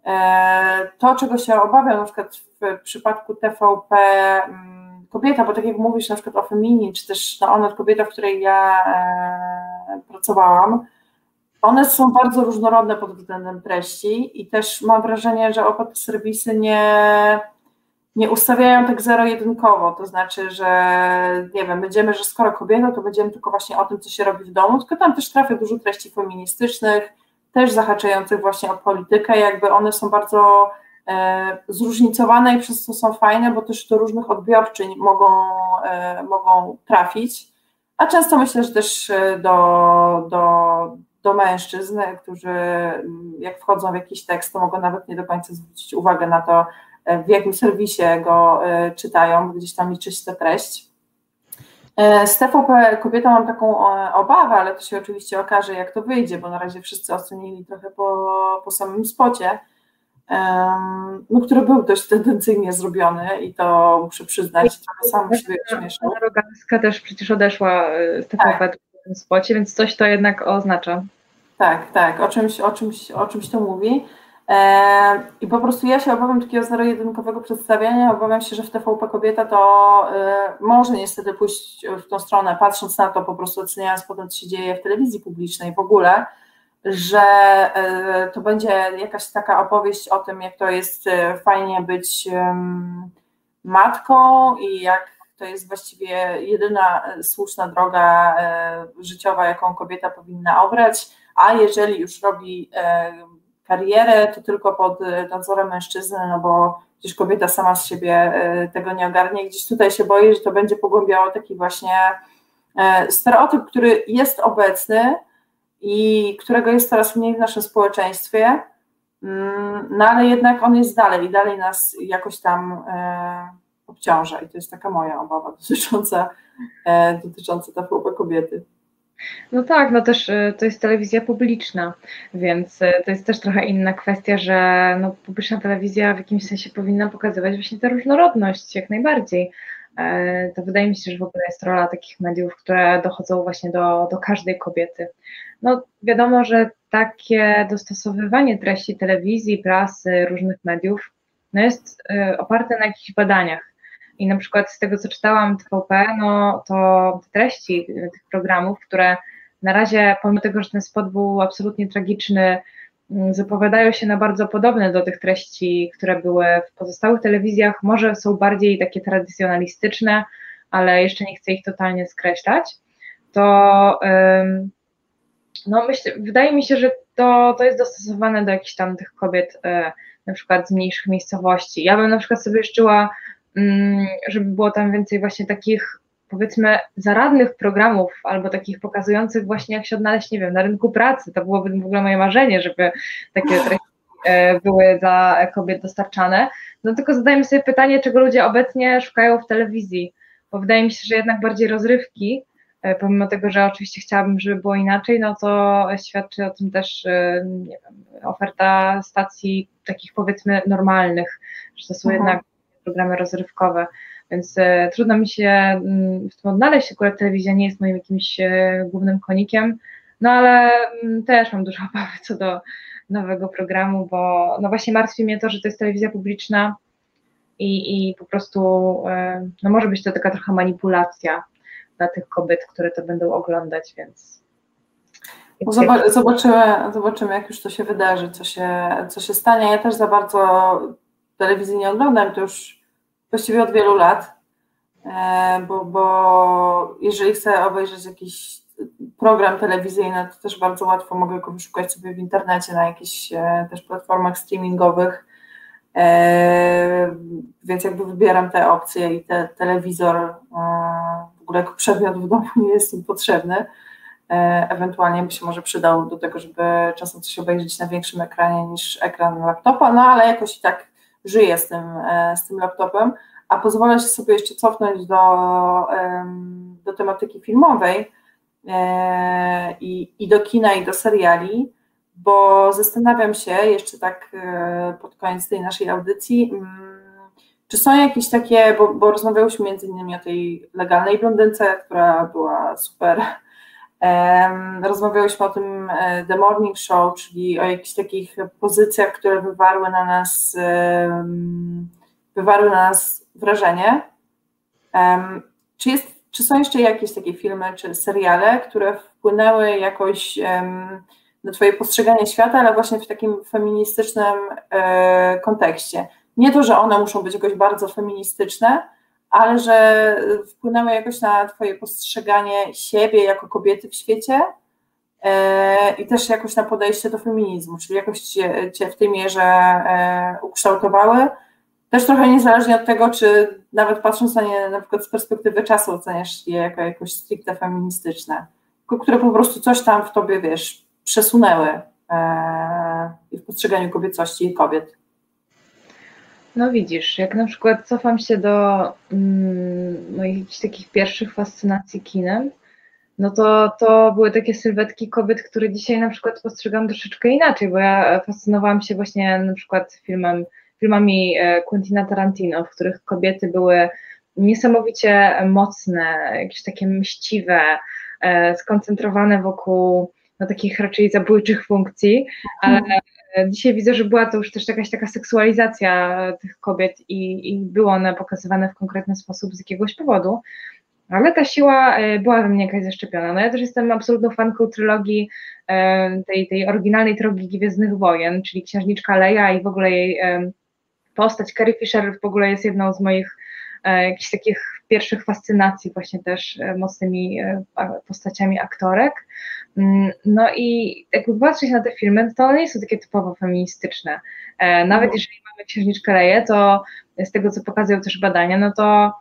To, czego się obawiam na przykład w przypadku T V P Kobieta, bo tak jak mówisz na przykład o Femini, czy też na Onet Kobieta, w której ja e, pracowałam, one są bardzo różnorodne pod względem treści i też mam wrażenie, że oba te serwisy nie, nie ustawiają tak zero-jedynkowo, to znaczy, że nie wiem, będziemy, że skoro kobieta, to będziemy tylko właśnie o tym, co się robi w domu, tylko tam też trafia dużo treści feministycznych, też zahaczających właśnie o politykę, jakby one są bardzo zróżnicowane i przez to są fajne, bo też do różnych odbiorczyń mogą, mogą trafić, a często myślę, że też do, do, do mężczyzn, którzy jak wchodzą w jakiś tekst, to mogą nawet nie do końca zwrócić uwagę na to, w jakim serwisie go czytają, bo gdzieś tam liczy się ta treść. Z T V P Kobieta mam taką obawę, ale to się oczywiście okaże, jak to wyjdzie, bo na razie wszyscy ocenili trochę po, po samym spocie, no, który był dość tendencyjnie zrobiony i to muszę przyznać, trochę sam siebie śmieszną. Rogalska też przecież odeszła z T V P tak. w tym spocie, więc coś to jednak oznacza. Tak, tak, o czymś, o czymś, o czymś to mówi. I po prostu ja się obawiam takiego zero-jedynkowego przedstawiania, obawiam się, że w T V P Kobieta to może niestety pójść w tą stronę, patrząc na to, po prostu oceniając potem, co się dzieje w telewizji publicznej w ogóle, że to będzie jakaś taka opowieść o tym, jak to jest fajnie być matką i jak to jest właściwie jedyna słuszna droga życiowa, jaką kobieta powinna obrać, a jeżeli już robi karierę, to tylko pod nadzorem mężczyzny, no bo przecież kobieta sama z siebie tego nie ogarnie. Gdzieś tutaj się boję, że to będzie pogłębiało taki właśnie stereotyp, który jest obecny, i którego jest coraz mniej w naszym społeczeństwie, no ale jednak on jest dalej i dalej nas jakoś tam e, obciąża i to jest taka moja obawa dotycząca, e, dotycząca T V P Kobiety. No tak, no też to jest telewizja publiczna, więc to jest też trochę inna kwestia, że no, publiczna telewizja w jakimś sensie powinna pokazywać właśnie tę różnorodność jak najbardziej. To wydaje mi się, że w ogóle jest rola takich mediów, które dochodzą właśnie do, do każdej kobiety. No wiadomo, że takie dostosowywanie treści telewizji, prasy, różnych mediów no jest oparte na jakichś badaniach. I na przykład z tego, co czytałam T V P, no to te treści tych programów, które na razie, pomimo tego, że ten spot był absolutnie tragiczny, zapowiadają się na bardzo podobne do tych treści, które były w pozostałych telewizjach, może są bardziej takie tradycjonalistyczne, ale jeszcze nie chcę ich totalnie skreślać, to no myślę, wydaje mi się, że to, to jest dostosowane do jakichś tam tych kobiet, na przykład z mniejszych miejscowości. Ja bym na przykład sobie życzyła, żeby było tam więcej właśnie takich, powiedzmy, zaradnych programów, albo takich pokazujących właśnie, jak się odnaleźć, nie wiem, na rynku pracy. To byłoby w ogóle moje marzenie, żeby takie treści były dla kobiet dostarczane. No tylko zadajmy sobie pytanie, czego ludzie obecnie szukają w telewizji, bo wydaje mi się, że jednak bardziej rozrywki, pomimo tego, że oczywiście chciałabym, żeby było inaczej, no to świadczy o tym też, nie wiem, oferta stacji takich, powiedzmy, normalnych, że to są mhm. jednak programy rozrywkowe, więc e, trudno mi się m, w tym odnaleźć, akurat telewizja nie jest moim jakimś e, głównym konikiem, no ale m, też mam dużo obawy co do nowego programu, bo no właśnie martwi mnie to, że to jest telewizja publiczna i, i po prostu e, no może być to taka trochę manipulacja dla tych kobiet, które to będą oglądać, więc... Zobaczymy, zobaczymy, zobaczymy jak już to się wydarzy, co się, co się stanie. Ja też za bardzo telewizji nie oglądam, to już właściwie od wielu lat, bo, bo jeżeli chcę obejrzeć jakiś program telewizyjny, to też bardzo łatwo mogę go wyszukać sobie w internecie na jakichś też platformach streamingowych, więc jakby wybieram te opcje i te telewizor w ogóle jako przedmiot w domu nie jest im potrzebny. Ewentualnie by się może przydał do tego, żeby czasem coś obejrzeć na większym ekranie niż ekran laptopa, no ale jakoś i tak żyję z tym, z tym laptopem, a pozwolę się sobie jeszcze cofnąć do, do tematyki filmowej i, i do kina, i do seriali, bo zastanawiam się jeszcze tak pod koniec tej naszej audycji, czy są jakieś takie, bo, bo rozmawiałyśmy między innymi o tej legalnej blondynce, która była super. Um, rozmawiałyśmy o tym The Morning Show, czyli o jakichś takich pozycjach, które wywarły na nas um, wywarły na nas wrażenie. Um, czy, jest, czy są jeszcze jakieś takie filmy czy seriale, które wpłynęły jakoś um, na Twoje postrzeganie świata, ale właśnie w takim feministycznym e, kontekście? Nie to, że one muszą być jakoś bardzo feministyczne, ale że wpłynęły jakoś na Twoje postrzeganie siebie jako kobiety w świecie e, i też jakoś na podejście do feminizmu, czyli jakoś Cię, cię w tej mierze e, ukształtowały. Też trochę niezależnie od tego, czy nawet patrząc na nie na przykład z perspektywy czasu oceniasz je jako jakoś stricte feministyczne, tylko które po prostu coś tam w Tobie, wiesz, przesunęły e, w postrzeganiu kobiecości i kobiet. No widzisz, jak na przykład cofam się do mm, moich jakichś takich pierwszych fascynacji kinem, no to to były takie sylwetki kobiet, które dzisiaj na przykład postrzegam troszeczkę inaczej, bo ja fascynowałam się właśnie na przykład filmem, filmami Quentina Tarantino, w których kobiety były niesamowicie mocne, jakieś takie mściwe, skoncentrowane wokół no, takich raczej zabójczych funkcji, ale dzisiaj widzę, że była to już też jakaś taka seksualizacja tych kobiet i, i były one pokazywane w konkretny sposób z jakiegoś powodu, ale ta siła była we mnie jakaś zaszczepiona. No ja też jestem absolutną fanką trylogii, tej, tej oryginalnej trylogii Gwiezdnych Wojen, czyli Księżniczka Leia i w ogóle jej postać. Carrie Fisher w ogóle jest jedną z moich jakichś takich pierwszych fascynacji właśnie też mocnymi postaciami aktorek. No i jakby patrzeć na te filmy, to one nie są takie typowo feministyczne. Nawet jeżeli mamy Księżniczkę Leję, to z tego, co pokazują też badania, no to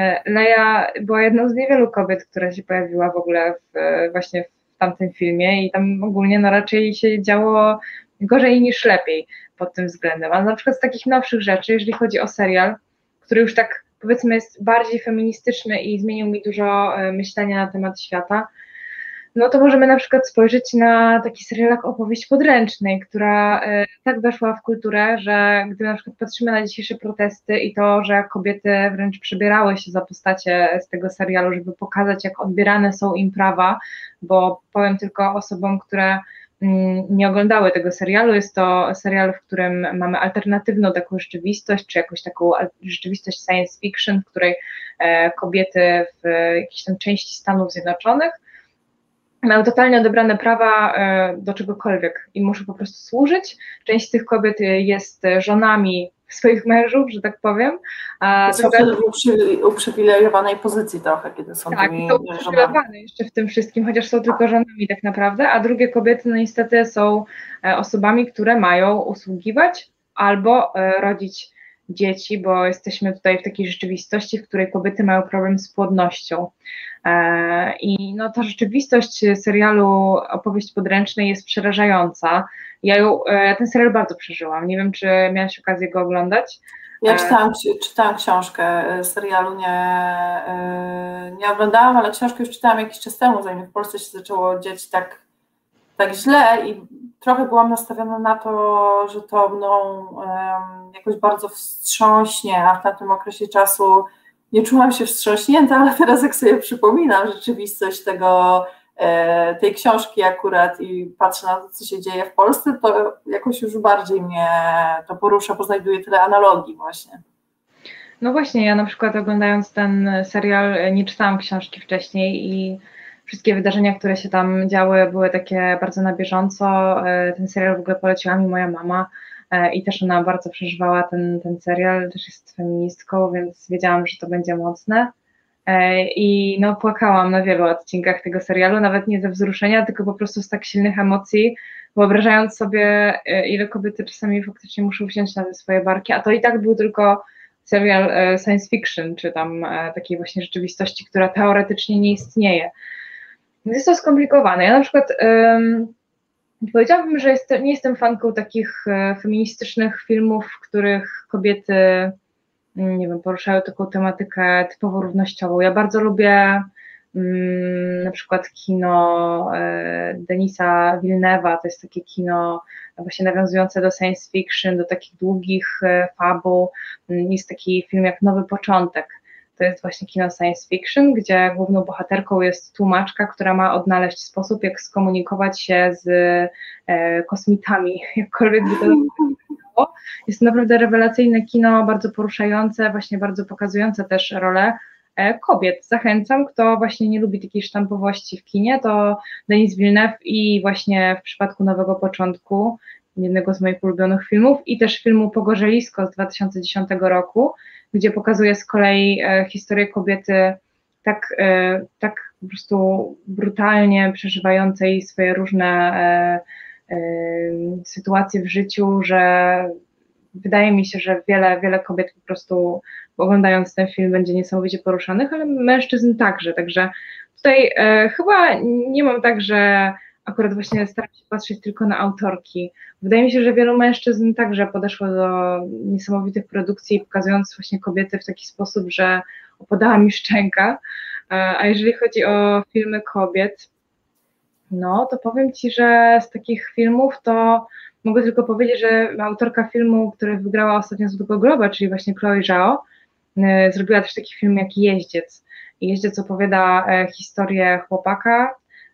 Leia była jedną z niewielu kobiet, która się pojawiła w ogóle w, właśnie w tamtym filmie i tam ogólnie no raczej się działo gorzej niż lepiej pod tym względem. Ale na przykład z takich nowszych rzeczy, jeżeli chodzi o serial, który już tak powiedzmy jest bardziej feministyczny i zmienił mi dużo myślenia na temat świata, no to możemy na przykład spojrzeć na taki serial jak Opowieść podręcznej, która e, tak weszła w kulturę, że gdy na przykład patrzymy na dzisiejsze protesty i to, że kobiety wręcz przebierały się za postacie z tego serialu, żeby pokazać, jak odbierane są im prawa, bo powiem tylko osobom, które mm, nie oglądały tego serialu, jest to serial, w którym mamy alternatywną taką rzeczywistość, czy jakąś taką rzeczywistość science fiction, w której e, kobiety w jakiejś tam części Stanów Zjednoczonych mają totalnie odebrane prawa do czegokolwiek i muszą po prostu służyć. Część z tych kobiet jest żonami swoich mężów, że tak powiem. A są druga... w uprzywilejowanej pozycji trochę, kiedy są tak, tymi są uprzywilejowane jeszcze w tym wszystkim, chociaż są tylko żonami tak naprawdę, a drugie kobiety no niestety są osobami, które mają usługiwać albo rodzić dzieci, bo jesteśmy tutaj w takiej rzeczywistości, w której kobiety mają problem z płodnością. I no, ta rzeczywistość serialu Opowieść podręcznej jest przerażająca. Ja ją, ten serial bardzo przeżyłam. Nie wiem, czy miałaś okazję go oglądać. Ja czytałam, czytałam książkę, serialu nie, nie oglądałam, ale książkę już czytałam jakiś czas temu, zanim w Polsce się zaczęło dziać tak, tak źle i trochę byłam nastawiona na to, że to mną um, jakoś bardzo wstrząśnie, a w tamtym okresie czasu nie czułam się wstrząśnięta, ale teraz jak sobie przypominam rzeczywistość tego, e, tej książki akurat i patrzę na to, co się dzieje w Polsce, to jakoś już bardziej mnie to porusza, bo znajduję tyle analogii właśnie. No właśnie, ja na przykład oglądając ten serial nie czytałam książki wcześniej i wszystkie wydarzenia, które się tam działy, były takie bardzo na bieżąco. Ten serial w ogóle poleciła mi moja mama i też ona bardzo przeżywała ten, ten serial, też jest feministką, więc wiedziałam, że to będzie mocne. I no płakałam na wielu odcinkach tego serialu, nawet nie ze wzruszenia, tylko po prostu z tak silnych emocji, wyobrażając sobie, ile kobiety czasami faktycznie muszą wziąć na te swoje barki, a to i tak był tylko serial science fiction, czy tam takiej właśnie rzeczywistości, która teoretycznie nie istnieje. Więc jest to skomplikowane. Ja na przykład um, powiedziałabym, że jest, nie jestem fanką takich feministycznych filmów, w których kobiety, nie wiem, poruszają taką tematykę typowo równościową. Ja bardzo lubię um, na przykład kino e, Denisa Villeneuve'a, to jest takie kino właśnie nawiązujące do science fiction, do takich długich e, fabuł. Jest taki film jak Nowy Początek. To jest właśnie kino science fiction, gdzie główną bohaterką jest tłumaczka, która ma odnaleźć sposób, jak skomunikować się z e, kosmitami, jakkolwiek by to było. Jest to naprawdę rewelacyjne kino, bardzo poruszające, właśnie bardzo pokazujące też rolę e, kobiet. Zachęcam, kto właśnie nie lubi takiej sztampowości w kinie, to Denis Villeneuve i właśnie w przypadku Nowego Początku, jednego z moich ulubionych filmów, i też filmu Pogorzelisko z dwa tysiące dziesiątego roku, gdzie pokazuje z kolei e, historię kobiety tak, e, tak po prostu brutalnie przeżywającej swoje różne e, e, sytuacje w życiu, że wydaje mi się, że wiele, wiele kobiet po prostu oglądając ten film będzie niesamowicie poruszanych, ale mężczyzn także, także tutaj e, chyba nie mam tak, że akurat właśnie staram się patrzeć tylko na autorki. Wydaje mi się, że wielu mężczyzn także podeszło do niesamowitych produkcji, pokazując właśnie kobiety w taki sposób, że opadała mi szczęka. A jeżeli chodzi o filmy kobiet, no to powiem Ci, że z takich filmów to mogę tylko powiedzieć, że autorka filmu, który wygrała ostatnio Złotego Globa, czyli właśnie Chloe Zhao, zrobiła też taki film jak Jeździec. Jeździec opowiada historię chłopaka,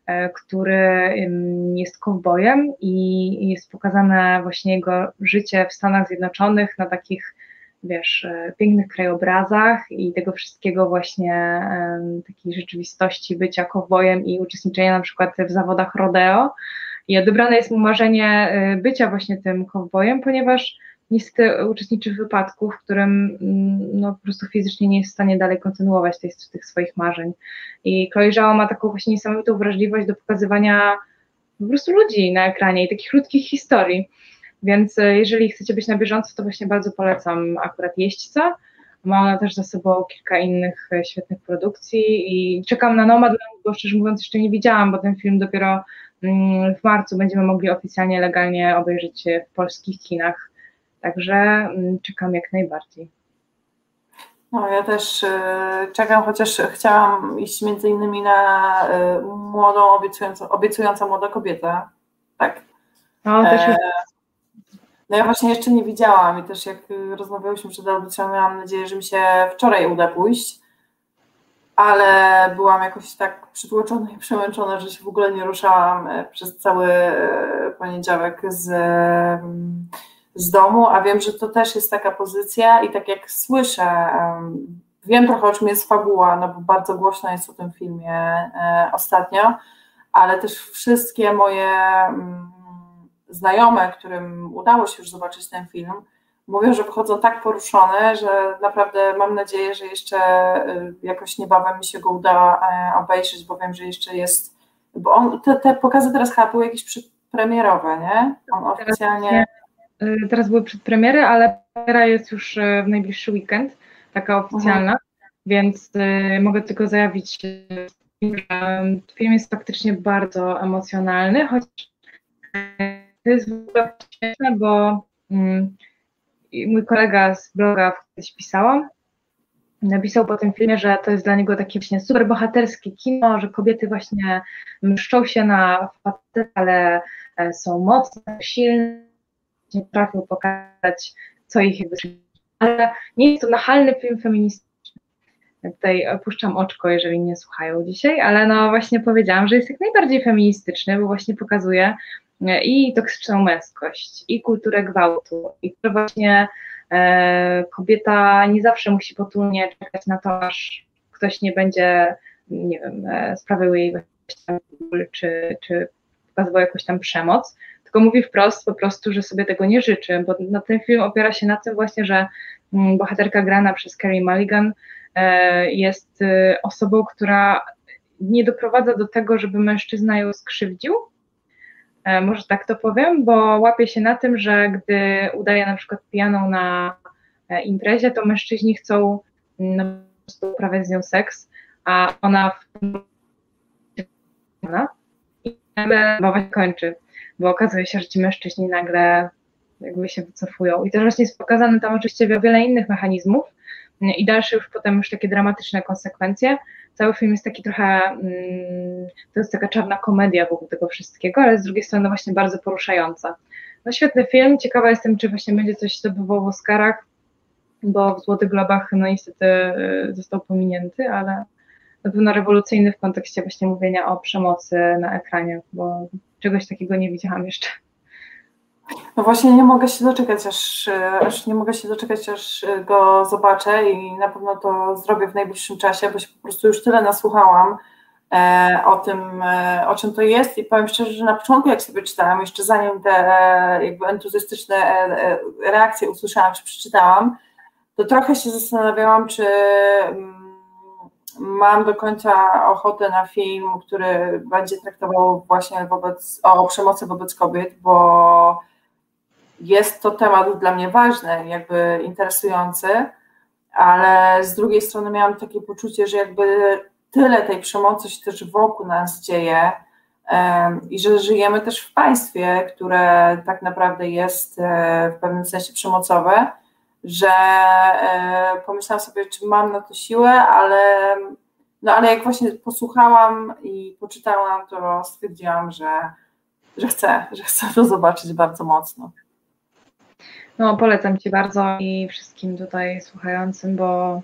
który jest kowbojem i jest pokazane właśnie jego życie w Stanach Zjednoczonych na takich, wiesz, pięknych krajobrazach i tego wszystkiego właśnie, takiej rzeczywistości bycia kowbojem i uczestniczenia na przykład w zawodach rodeo. I odebrane jest mu marzenie bycia właśnie tym kowbojem, ponieważ niestety uczestniczy w wypadku, w którym no, po prostu fizycznie nie jest w stanie dalej kontynuować tej, tych swoich marzeń. I Chloe Zhao ma taką właśnie niesamowitą wrażliwość do pokazywania po prostu ludzi na ekranie i takich krótkich historii. Więc jeżeli chcecie być na bieżąco, to właśnie bardzo polecam akurat Jeźdźca. Ma ona też za sobą kilka innych świetnych produkcji i czekam na Nomadland, bo szczerze mówiąc jeszcze nie widziałam, bo ten film dopiero w marcu będziemy mogli oficjalnie, legalnie obejrzeć w polskich kinach. Także czekam jak najbardziej. No ja też czekam, chociaż chciałam iść między innymi na młodą, obiecującą, obiecującą młoda kobieta. Tak. No, też e, no ja właśnie jeszcze nie widziałam i też jak rozmawiałyśmy przed audycją, miałam nadzieję, że mi się wczoraj uda pójść, ale byłam jakoś tak przytłoczona i przemęczona, że się w ogóle nie ruszałam przez cały poniedziałek z z domu, a wiem, że to też jest taka pozycja i tak jak słyszę, wiem trochę, o czym jest fabuła, no bo bardzo głośno jest o tym filmie ostatnio, ale też wszystkie moje znajome, którym udało się już zobaczyć ten film, mówią, że wychodzą tak poruszone, że naprawdę mam nadzieję, że jeszcze jakoś niebawem mi się go uda obejrzeć, bo wiem, że jeszcze jest, bo on, te, te pokazy teraz chyba były jakieś przedpremierowe, nie? On oficjalnie... Teraz były przedpremiery, ale premiera jest już w najbliższy weekend, taka oficjalna, mhm. Więc y, mogę tylko zajawić, że film jest faktycznie bardzo emocjonalny, choć to jest w ogóle śmieszne, bo y, mój kolega z bloga, w którym pisałam, napisał po tym filmie, że to jest dla niego takie właśnie super bohaterskie kino, że kobiety właśnie mszczą się na facetach, ale są mocne, silne, nie potrafią pokazać, co ich jakby... Ale nie jest to nachalny film feministyczny. Tutaj opuszczam oczko, jeżeli nie słuchają dzisiaj, ale no właśnie powiedziałam, że jest jak najbardziej feministyczny, bo właśnie pokazuje i toksyczną męskość, i kulturę gwałtu, i że właśnie e, kobieta nie zawsze musi potulnie czekać na to, aż ktoś nie będzie, nie wiem, e, sprawiał jej tam ból, czy, czy pokazywał jakąś tam przemoc, tylko mówi wprost po prostu, że sobie tego nie życzy, bo no, ten film opiera się na tym właśnie, że mm, bohaterka grana przez Carey Mulligan e, jest e, osobą, która nie doprowadza do tego, żeby mężczyzna ją skrzywdził, e, może tak to powiem, bo łapie się na tym, że gdy udaje na przykład pijaną na imprezie, to mężczyźni chcą no, po prostu uprawiać z nią seks, a ona w i zabawa się kończy, bo okazuje się, że ci mężczyźni nagle jakby się wycofują. I też właśnie jest pokazane tam oczywiście wiele innych mechanizmów i dalsze już potem już takie dramatyczne konsekwencje. Cały film jest taki trochę, to jest taka czarna komedia wokół tego wszystkiego, ale z drugiej strony właśnie bardzo poruszająca. No świetny film, ciekawa jestem, czy właśnie będzie coś zdobywał w Oscarach, bo w Złotych Globach no niestety został pominięty, ale na pewno rewolucyjny w kontekście właśnie mówienia o przemocy na ekranie, bo czegoś takiego nie widziałam jeszcze. No właśnie nie mogę się doczekać, aż, aż nie mogę się doczekać, aż go zobaczę i na pewno to zrobię w najbliższym czasie, bo się po prostu już tyle nasłuchałam e, o tym, e, o czym to jest i powiem szczerze, że na początku jak sobie czytałam, jeszcze zanim te e, jakby entuzjastyczne e, reakcje usłyszałam, czy przeczytałam, to trochę się zastanawiałam, czy mm, mam do końca ochotę na film, który będzie traktował właśnie wobec, o przemocy wobec kobiet, bo jest to temat dla mnie ważny, jakby interesujący, ale z drugiej strony miałam takie poczucie, że jakby tyle tej przemocy się też wokół nas dzieje um, i że żyjemy też w państwie, które tak naprawdę jest e, w pewnym sensie przemocowe, że e, pomyślałam sobie, czy mam na to siłę, ale, no, ale jak właśnie posłuchałam i poczytałam, to stwierdziłam, że, że chcę, że chcę to zobaczyć bardzo mocno. No, polecam Ci bardzo i wszystkim tutaj słuchającym, bo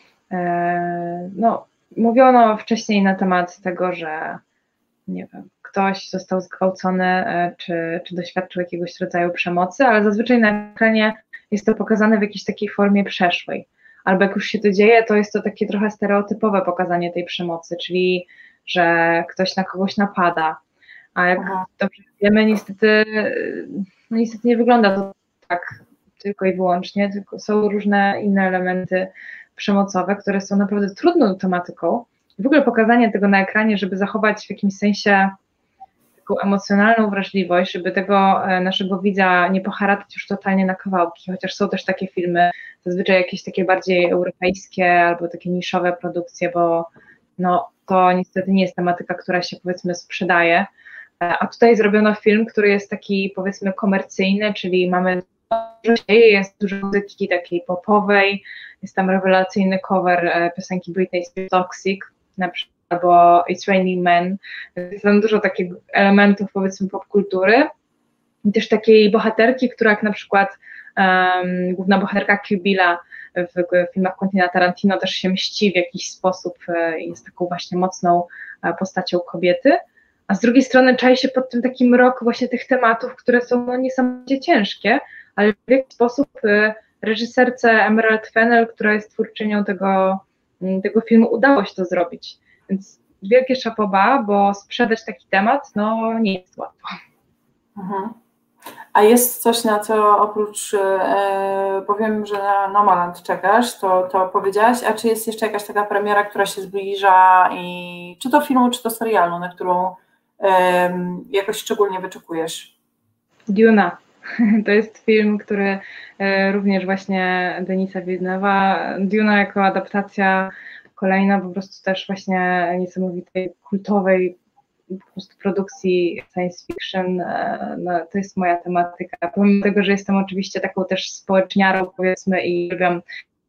e, no, mówiono wcześniej na temat tego, że nie wiem, ktoś został zgwałcony e, czy, czy doświadczył jakiegoś rodzaju przemocy, ale zazwyczaj na ekranie jest to pokazane w jakiejś takiej formie przeszłej. Albo jak już się to dzieje, to jest to takie trochę stereotypowe pokazanie tej przemocy, czyli że ktoś na kogoś napada. A jak Aha. dobrze wiemy, niestety, no niestety nie wygląda to tak tylko i wyłącznie, tylko są różne inne elementy przemocowe, które są naprawdę trudną tematyką. W ogóle pokazanie tego na ekranie, żeby zachować w jakimś sensie taką emocjonalną wrażliwość, żeby tego naszego widza nie poharatać już totalnie na kawałki, chociaż są też takie filmy, zazwyczaj jakieś takie bardziej europejskie albo takie niszowe produkcje, bo no, to niestety nie jest tematyka, która się powiedzmy sprzedaje, a tutaj zrobiono film, który jest taki powiedzmy komercyjny, czyli mamy dużo się dzieje, jest dużo muzyki takiej popowej, jest tam rewelacyjny cover piosenki Britney Spears Toxic, na przykład, albo It's Raining Men, jest tam dużo takich elementów powiedzmy popkultury i też takiej bohaterki, która jak na przykład um, główna bohaterka Kill Billa w filmach Quentina Tarantino też się mści w jakiś sposób, jest taką właśnie mocną postacią kobiety, a z drugiej strony czai się pod tym taki mrok właśnie tych tematów, które są no, niesamowicie ciężkie, ale w jakiś sposób reżyserce Emerald Fennell, która jest twórczynią tego, tego filmu, udało się to zrobić. Więc wielkie chapeau bas, bo sprzedać taki temat, no nie jest łatwo. Mhm. A jest coś, na co oprócz, e, powiem, że na Nomadland czekasz, to, to powiedziałaś, a czy jest jeszcze jakaś taka premiera, która się zbliża i czy to filmu, czy to serialu, na którą e, jakoś szczególnie wyczekujesz? Duna. To jest film, który e, również właśnie Denisa Villeneuve'a, Duna jako adaptacja kolejna po prostu też właśnie niesamowitej, kultowej po prostu produkcji science fiction, no, to jest moja tematyka. Pomimo tego, że jestem oczywiście taką też społeczniarą powiedzmy i lubiam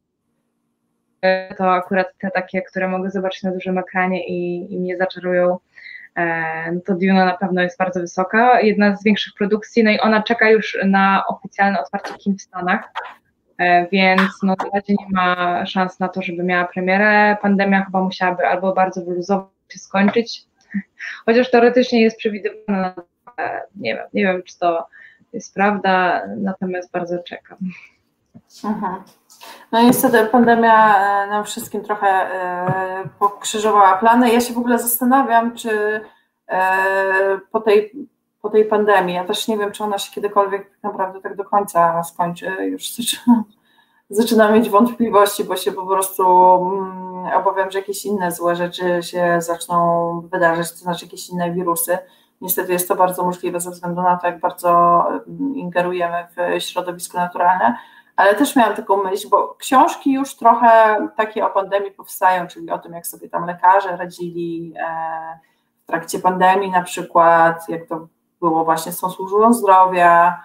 to akurat te takie, które mogę zobaczyć na dużym ekranie i, i mnie zaczarują, no to Duna na pewno jest bardzo wysoka, jedna z większych produkcji, no i ona czeka już na oficjalne otwarcie kin w Stanach, więc no na razie nie ma szans na to, żeby miała premierę. Pandemia chyba musiałaby albo bardzo wyluzować się skończyć, chociaż teoretycznie jest przewidywana, nie wiem, nie wiem, czy to jest prawda, natomiast bardzo czekam. Mhm. No niestety pandemia nam wszystkim trochę pokrzyżowała plany. Ja się w ogóle zastanawiam, czy po tej, po tej pandemii, ja też nie wiem, czy ona się kiedykolwiek naprawdę tak do końca skończy, już zaczynam, zaczynam mieć wątpliwości, bo się po prostu obawiam, że jakieś inne złe rzeczy się zaczną wydarzyć, to znaczy jakieś inne wirusy. Niestety jest to bardzo możliwe ze względu na to, jak bardzo ingerujemy w środowisko naturalne, ale też miałam taką myśl, bo książki już trochę takie o pandemii powstają, czyli o tym, jak sobie tam lekarze radzili w trakcie pandemii na przykład, jak to było właśnie z tą służbą zdrowia,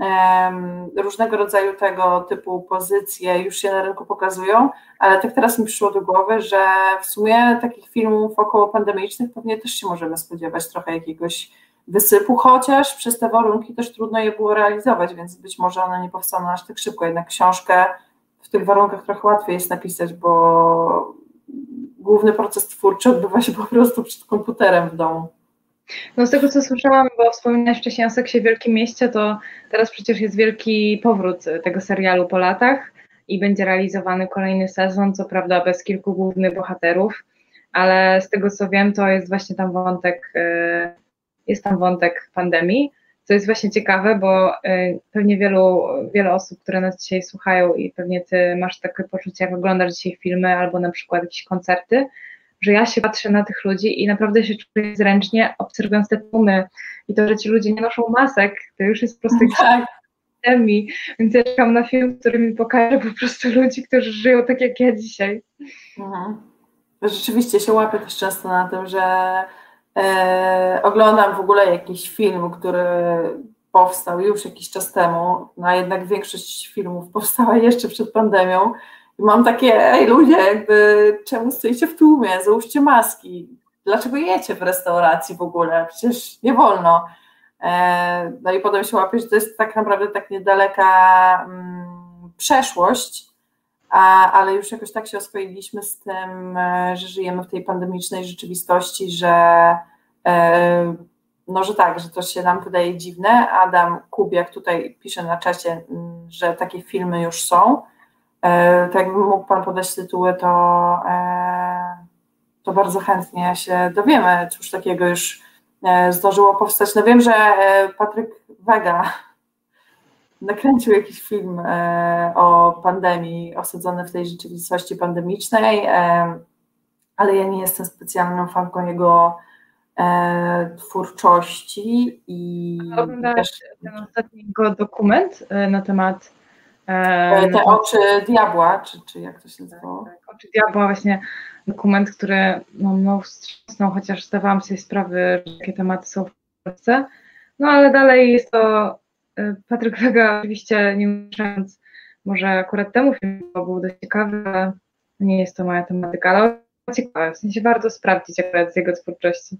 różnego rodzaju tego typu pozycje już się na rynku pokazują, ale tak teraz mi przyszło do głowy, że w sumie takich filmów około pandemicznych pewnie też się możemy spodziewać trochę jakiegoś wysypu, chociaż przez te warunki też trudno je było realizować, więc być może one nie powstaną aż tak szybko, jednak książkę w tych warunkach trochę łatwiej jest napisać, bo główny proces twórczy odbywa się po prostu przed komputerem w domu. No z tego co słyszałam, bo wspominałeś wcześniej o Seksie w Wielkim Mieście, to teraz przecież jest wielki powrót tego serialu po latach i będzie realizowany kolejny sezon, co prawda bez kilku głównych bohaterów, ale z tego co wiem, to jest właśnie tam wątek, jest tam wątek pandemii, co jest właśnie ciekawe, bo pewnie wielu, wiele osób, które nas dzisiaj słuchają i pewnie ty masz takie poczucie, jak oglądasz dzisiaj filmy albo na przykład jakieś koncerty, że ja się patrzę na tych ludzi i naprawdę się czuję zręcznie, obserwując te tłumy i to, że ci ludzie nie noszą masek, to już jest po prostu tak. pandemii, więc ja czekam na film, który mi pokaże po prostu ludzi, którzy żyją tak jak ja dzisiaj. Mhm. Rzeczywiście się łapię też często na tym, że e, oglądam w ogóle jakiś film, który powstał już jakiś czas temu, no a jednak większość filmów powstała jeszcze przed pandemią. I mam takie, ej ludzie, jakby czemu stoicie w tłumie, załóżcie maski, dlaczego jecie w restauracji w ogóle, przecież nie wolno. E, no i potem się łapię, że to jest tak naprawdę tak niedaleka mm, przeszłość, a, ale już jakoś tak się oswoiliśmy z tym, że żyjemy w tej pandemicznej rzeczywistości, że e, no, że tak, że to się nam wydaje dziwne. Adam Kubiak tutaj pisze na czacie, że takie filmy już są. E, tak jakby mógł Pan podać tytuły, to, e, to bardzo chętnie się dowiemy, cóż takiego już e, zdążyło powstać. No wiem, że e, Patryk Wega nakręcił jakiś film e, o pandemii, osadzony w tej rzeczywistości pandemicznej, e, ale ja nie jestem specjalną fanką jego e, twórczości. I oglądałaś też ten ostatni jego dokument e, na temat e, te oczy diabła, czy, czy jak to się nazywało? Tak, tak, oczy diabła, właśnie dokument, który no, no wstrząsnął, chociaż zdawałam sobie sprawę, że takie tematy są w Polsce, no ale dalej jest to Patryk Wega, oczywiście nie uczając, może akurat temu filmu był dość ciekawy, ale nie jest to moja tematyka, ale ciekawe, w sensie warto sprawdzić akurat z jego twórczości.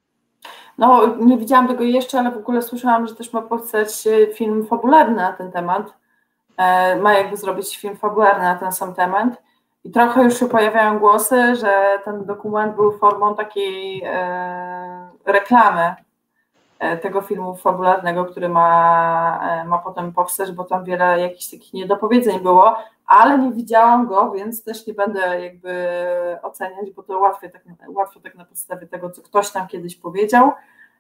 No, nie widziałam tego jeszcze, ale w ogóle słyszałam, że też ma powstać film fabularny na ten temat. E, ma jakby zrobić film fabularny na ten sam temat. I trochę już się pojawiają głosy, że ten dokument był formą takiej e, reklamy tego filmu fabularnego, który ma, ma potem powstać, bo tam wiele jakichś takich niedopowiedzeń było, ale nie widziałam go, więc też nie będę jakby oceniać, bo to łatwo tak, łatwo tak na podstawie tego, co ktoś tam kiedyś powiedział,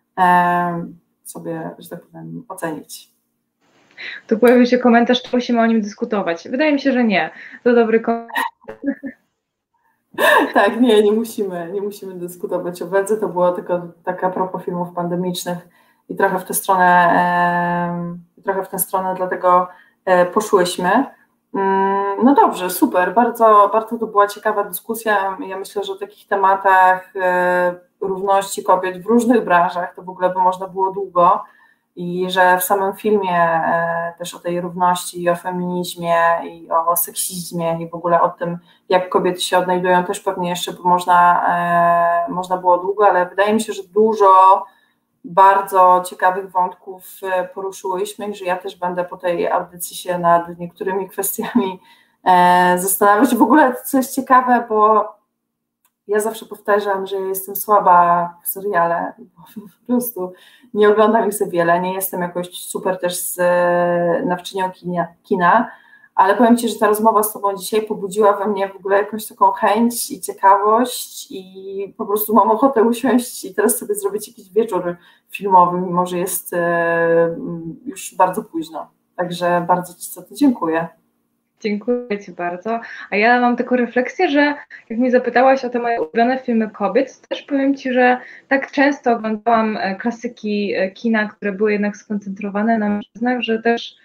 sobie, że tak powiem, ocenić. Tu pojawił się komentarz, czy musimy o nim dyskutować. Wydaje mi się, że nie. To dobry komentarz. Tak, nie, nie musimy, nie musimy dyskutować o Wedze, to było tylko taka a propos filmów pandemicznych i trochę w tę stronę, e, trochę w tę stronę dlatego e, poszłyśmy. Mm, no dobrze, super, bardzo, bardzo to była ciekawa dyskusja. Ja myślę, że o takich tematach e, równości kobiet w różnych branżach to w ogóle by można było długo. I że w samym filmie e, też o tej równości i o feminizmie i o seksizmie i w ogóle o tym, jak kobiety się odnajdują, też pewnie jeszcze by można, e, można było długo, ale wydaje mi się, że dużo bardzo ciekawych wątków poruszyłyśmy i że ja też będę po tej audycji się nad niektórymi kwestiami e, zastanawiać. W ogóle co jest ciekawe, bo ja zawsze powtarzam, że ja jestem słaba w seriale, bo po prostu nie oglądam ich za wiele, nie jestem jakoś super też z nawczynią kina, kina, ale powiem Ci, że ta rozmowa z Tobą dzisiaj pobudziła we mnie w ogóle jakąś taką chęć i ciekawość i po prostu mam ochotę usiąść i teraz sobie zrobić jakiś wieczór filmowy, mimo że jest już bardzo późno. Także bardzo Ci za to dziękuję. Dziękuję Ci bardzo. A ja mam taką refleksję, że jak mnie zapytałaś o te moje ulubione filmy kobiet, to też powiem Ci, że tak często oglądałam klasyki kina, które były jednak skoncentrowane na mężczyznach, że też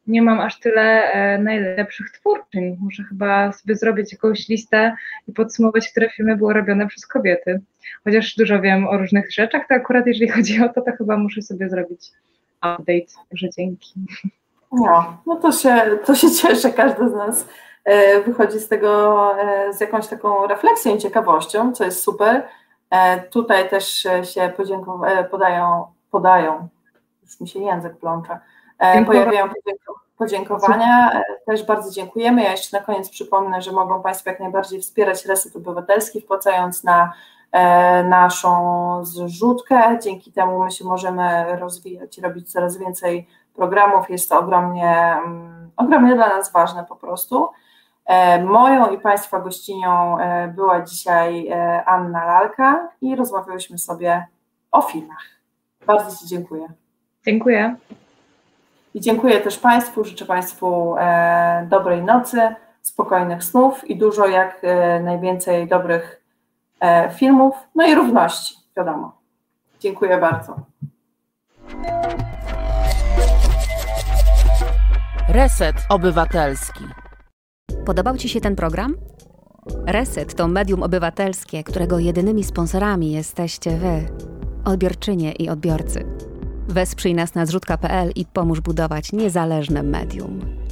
nie mam aż tyle e, najlepszych twórczyń. Muszę chyba sobie zrobić jakąś listę i podsumować, które filmy były robione przez kobiety. Chociaż dużo wiem o różnych rzeczach, to akurat jeżeli chodzi o to, to chyba muszę sobie zrobić update, że dzięki. No, no to się, to się cieszę, każdy z nas e, wychodzi z tego e, z jakąś taką refleksją i ciekawością, co jest super. E, tutaj też się podziękow- e, podają, podają, już mi się język plącza, e, pojawiają podzięko- podziękowania, e, też bardzo dziękujemy. Ja jeszcze na koniec przypomnę, że mogą Państwo jak najbardziej wspierać Reset Obywatelski, wpłacając na e, naszą zrzutkę. Dzięki temu my się możemy rozwijać i robić coraz więcej programów. Jest to ogromnie, um, ogromnie dla nas ważne po prostu. E, moją i Państwa gościnią e, była dzisiaj e, Anna Lalka i rozmawiałyśmy sobie o filmach. Bardzo Ci dziękuję. Dziękuję. I dziękuję też Państwu, życzę Państwu e, dobrej nocy, spokojnych snów i dużo jak e, najwięcej dobrych e, filmów, no i równości, wiadomo. Dziękuję bardzo. Reset Obywatelski. Podobał Ci się ten program? Reset to medium obywatelskie, którego jedynymi sponsorami jesteście Wy, odbiorczynie i odbiorcy. Wesprzyj nas na zrzutka kropka pe el i pomóż budować niezależne medium.